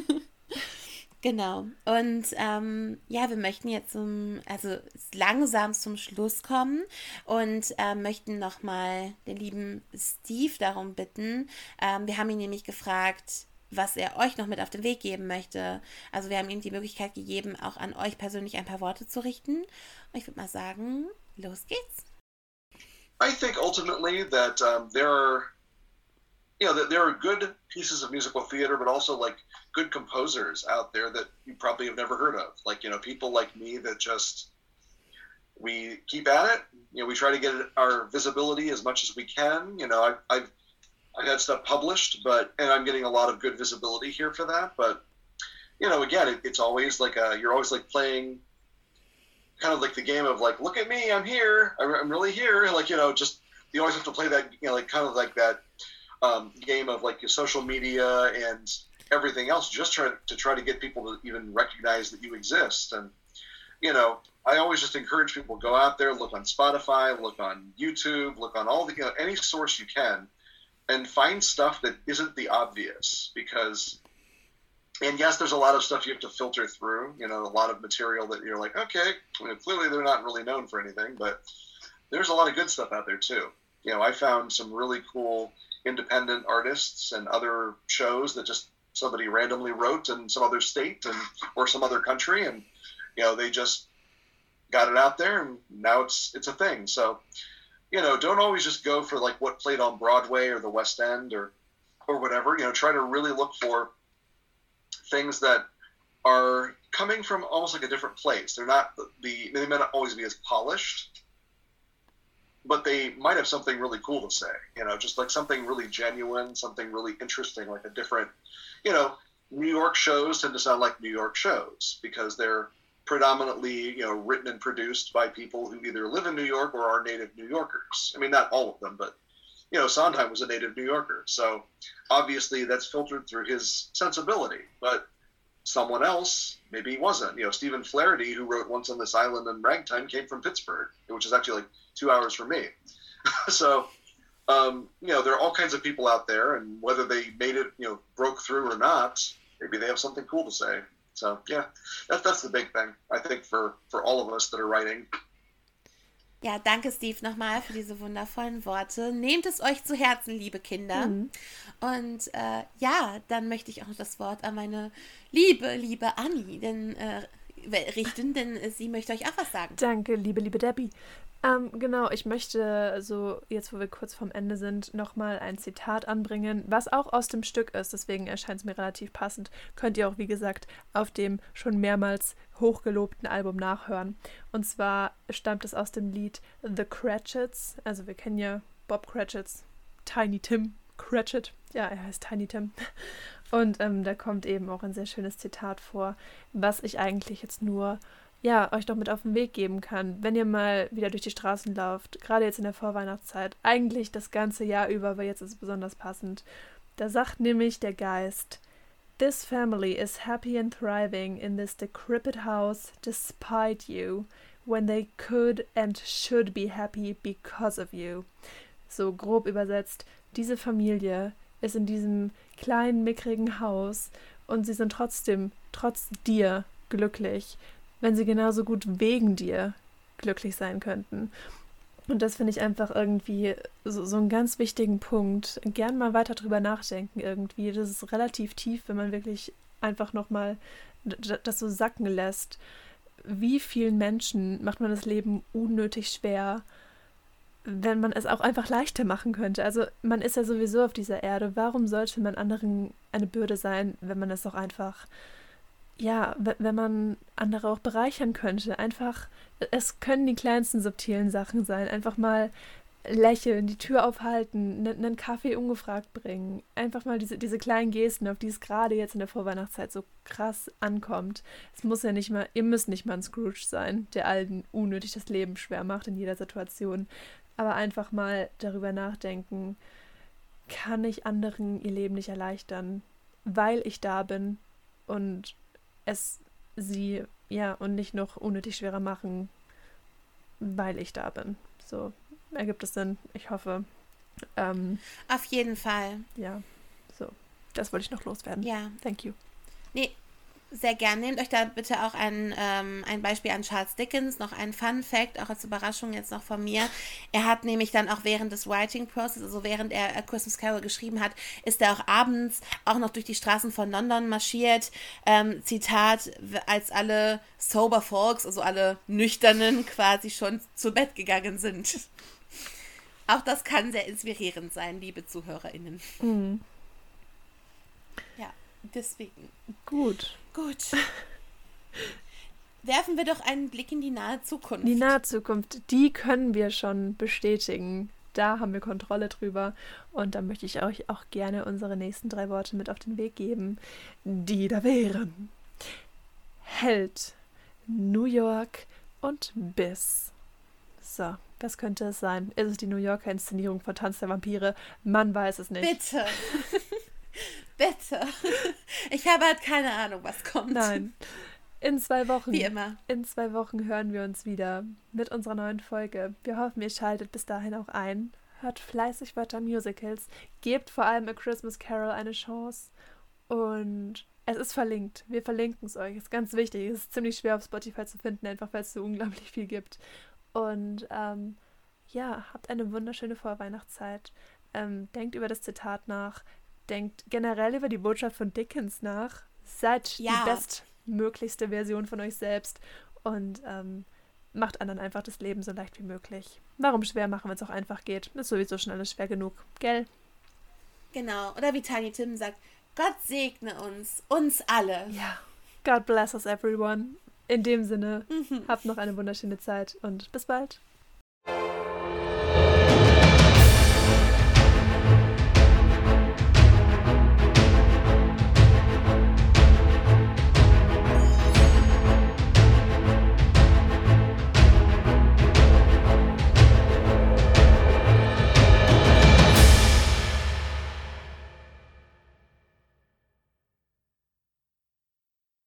Genau. Und ähm, ja, wir möchten jetzt zum, also langsam zum Schluss kommen und äh, möchten nochmal den lieben Steve darum bitten. Ähm, wir haben ihn nämlich gefragt, was er euch noch mit auf den Weg geben möchte. Also wir haben ihm die Möglichkeit gegeben, auch an euch persönlich ein paar Worte zu richten. Und ich würde mal sagen, los geht's. I think ultimately that um, there are you know, there are good pieces of musical theater, but also like good composers out there that you probably have never heard of. Like, you know, people like me that just, we keep at it. You know, we try to get our visibility as much as we can. You know, I've, I've, I've had stuff published, but, and I'm getting a lot of good visibility here for that. But, you know, again, it, it's always like a, you're always like playing kind of like the game of like, look at me, I'm here. I'm, I'm really here. Like, you know, just, you always have to play that, you know, like kind of like that um, game of like your social media and everything else, just try to try to get people to even recognize that you exist. And, you know, I always just encourage people, go out there, look on Spotify, look on YouTube, look on all the, you know, any source you can, and find stuff that isn't the obvious. Because, and yes, there's a lot of stuff you have to filter through, you know, a lot of material that you're like, okay, you know, clearly they're not really known for anything, but there's a lot of good stuff out there too. You know, I found some really cool independent artists and other shows that just somebody randomly wrote in some other state and or some other country, and you know, they just got it out there, and now it's it's a thing. So, you know, don't always just go for like what played on Broadway or the West End or or whatever. You know, try to really look for things that are coming from almost like a different place. They're not the they may not always be as polished, but they might have something really cool to say. You know, just like something really genuine, something really interesting, like a different, you know, New York shows tend to sound like New York shows because they're predominantly, you know, written and produced by people who either live in New York or are native New Yorkers. I mean, not all of them, but, you know, Sondheim was a native New Yorker. So obviously that's filtered through his sensibility, but someone else, maybe he wasn't. You know, Stephen Flaherty, who wrote Once on This Island and Ragtime, came from Pittsburgh, which is actually like two hours from me. So, um, you know, there are all kinds of people out there, and whether they made it, you know, broke through or not, maybe they have something cool to say. So, yeah, that's, that's the big thing, I think, for, for all of us that are writing. Ja, danke Steve nochmal für diese wundervollen Worte. Nehmt es euch zu Herzen, liebe Kinder. Mhm. Und äh, ja, dann möchte ich auch noch das Wort an meine liebe, liebe Anni denn, äh, richten, denn sie möchte euch auch was sagen. Danke, liebe, liebe Debbie. Ähm, genau, ich möchte so, jetzt wo wir kurz vorm Ende sind, nochmal ein Zitat anbringen, was auch aus dem Stück ist, deswegen erscheint es mir relativ passend. Könnt ihr auch, wie gesagt, auf dem schon mehrmals hochgelobten Album nachhören. Und zwar stammt es aus dem Lied The Cratchits, also wir kennen ja Bob Cratchits, Tiny Tim Cratchit, ja, er heißt Tiny Tim. Und ähm, da kommt eben auch ein sehr schönes Zitat vor, was ich eigentlich jetzt nur ja, euch doch mit auf den Weg geben kann, wenn ihr mal wieder durch die Straßen lauft, gerade jetzt in der Vorweihnachtszeit, eigentlich das ganze Jahr über, aber jetzt ist es besonders passend. Da sagt nämlich der Geist, "This family is happy and thriving in this decrepit house despite you, when they could and should be happy because of you." So grob übersetzt, diese Familie ist in diesem kleinen, mickrigen Haus und sie sind trotzdem, trotz dir, glücklich, wenn sie genauso gut wegen dir glücklich sein könnten. Und das finde ich einfach irgendwie so, so einen ganz wichtigen Punkt. Gern mal weiter drüber nachdenken irgendwie. Das ist relativ tief, wenn man wirklich einfach nochmal das so sacken lässt. Wie vielen Menschen macht man das Leben unnötig schwer, wenn man es auch einfach leichter machen könnte? Also man ist ja sowieso auf dieser Erde. Warum sollte man anderen eine Bürde sein, wenn man es auch einfach... Ja, wenn man andere auch bereichern könnte. Einfach, es können die kleinsten subtilen Sachen sein. Einfach mal lächeln, die Tür aufhalten, einen Kaffee ungefragt bringen. Einfach mal diese, diese kleinen Gesten, auf die es gerade jetzt in der Vorweihnachtszeit so krass ankommt. Es muss ja nicht mal, ihr müsst nicht mal ein Scrooge sein, der allen unnötig das Leben schwer macht in jeder Situation. Aber einfach mal darüber nachdenken, kann ich anderen ihr Leben nicht erleichtern, weil ich da bin und es sie, ja, und nicht noch unnötig schwerer machen, weil ich da bin. So, ergibt es Sinn? Ich hoffe. Ähm, Auf jeden Fall. Ja, so. Das wollte ich noch loswerden. Ja. Thank you. Nee, sehr gern. Nehmt euch da bitte auch ein, ähm, ein Beispiel an Charles Dickens, noch ein Fun Fact, auch als Überraschung jetzt noch von mir. Er hat nämlich dann auch während des Writing Process, also während er A Christmas Carol geschrieben hat, ist er auch abends auch noch durch die Straßen von London marschiert. Ähm, Zitat, als alle sober folks, also alle Nüchternen quasi schon zu Bett gegangen sind. Auch das kann sehr inspirierend sein, liebe ZuhörerInnen. Mhm. Ja, deswegen. Gut. Gut. werfen wir doch einen Blick in die nahe Zukunft. Die nahe Zukunft, die können wir schon bestätigen. Da haben wir Kontrolle drüber. Und da möchte ich euch auch gerne unsere nächsten drei Worte mit auf den Weg geben, die da wären: Held, New York und Biss. So, was könnte es sein? Ist es die New Yorker Inszenierung von Tanz der Vampire? Man weiß es nicht. Bitte. Bitte. Ich habe halt keine Ahnung, was kommt. Nein. In zwei Wochen. Wie immer. In zwei Wochen hören wir uns wieder mit unserer neuen Folge. Wir hoffen, ihr schaltet bis dahin auch ein. Hört fleißig weiter Musicals. Gebt vor allem A Christmas Carol eine Chance. Und es ist verlinkt. Wir verlinken es euch. Ist ganz wichtig. Es ist ziemlich schwer auf Spotify zu finden, einfach weil es so unglaublich viel gibt. Und ähm, ja, habt eine wunderschöne Vorweihnachtszeit. Ähm, denkt über das Zitat nach. Denkt generell über die Botschaft von Dickens nach. Seid Ja. die bestmöglichste Version von euch selbst und ähm, macht anderen einfach das Leben so leicht wie möglich. Warum schwer machen, wenn es auch einfach geht? Ist sowieso schon alles schwer genug, gell? Genau. Oder wie Tiny Tim sagt, Gott segne uns, uns alle. Ja. God bless us everyone. In dem Sinne, habt noch eine wunderschöne Zeit und bis bald.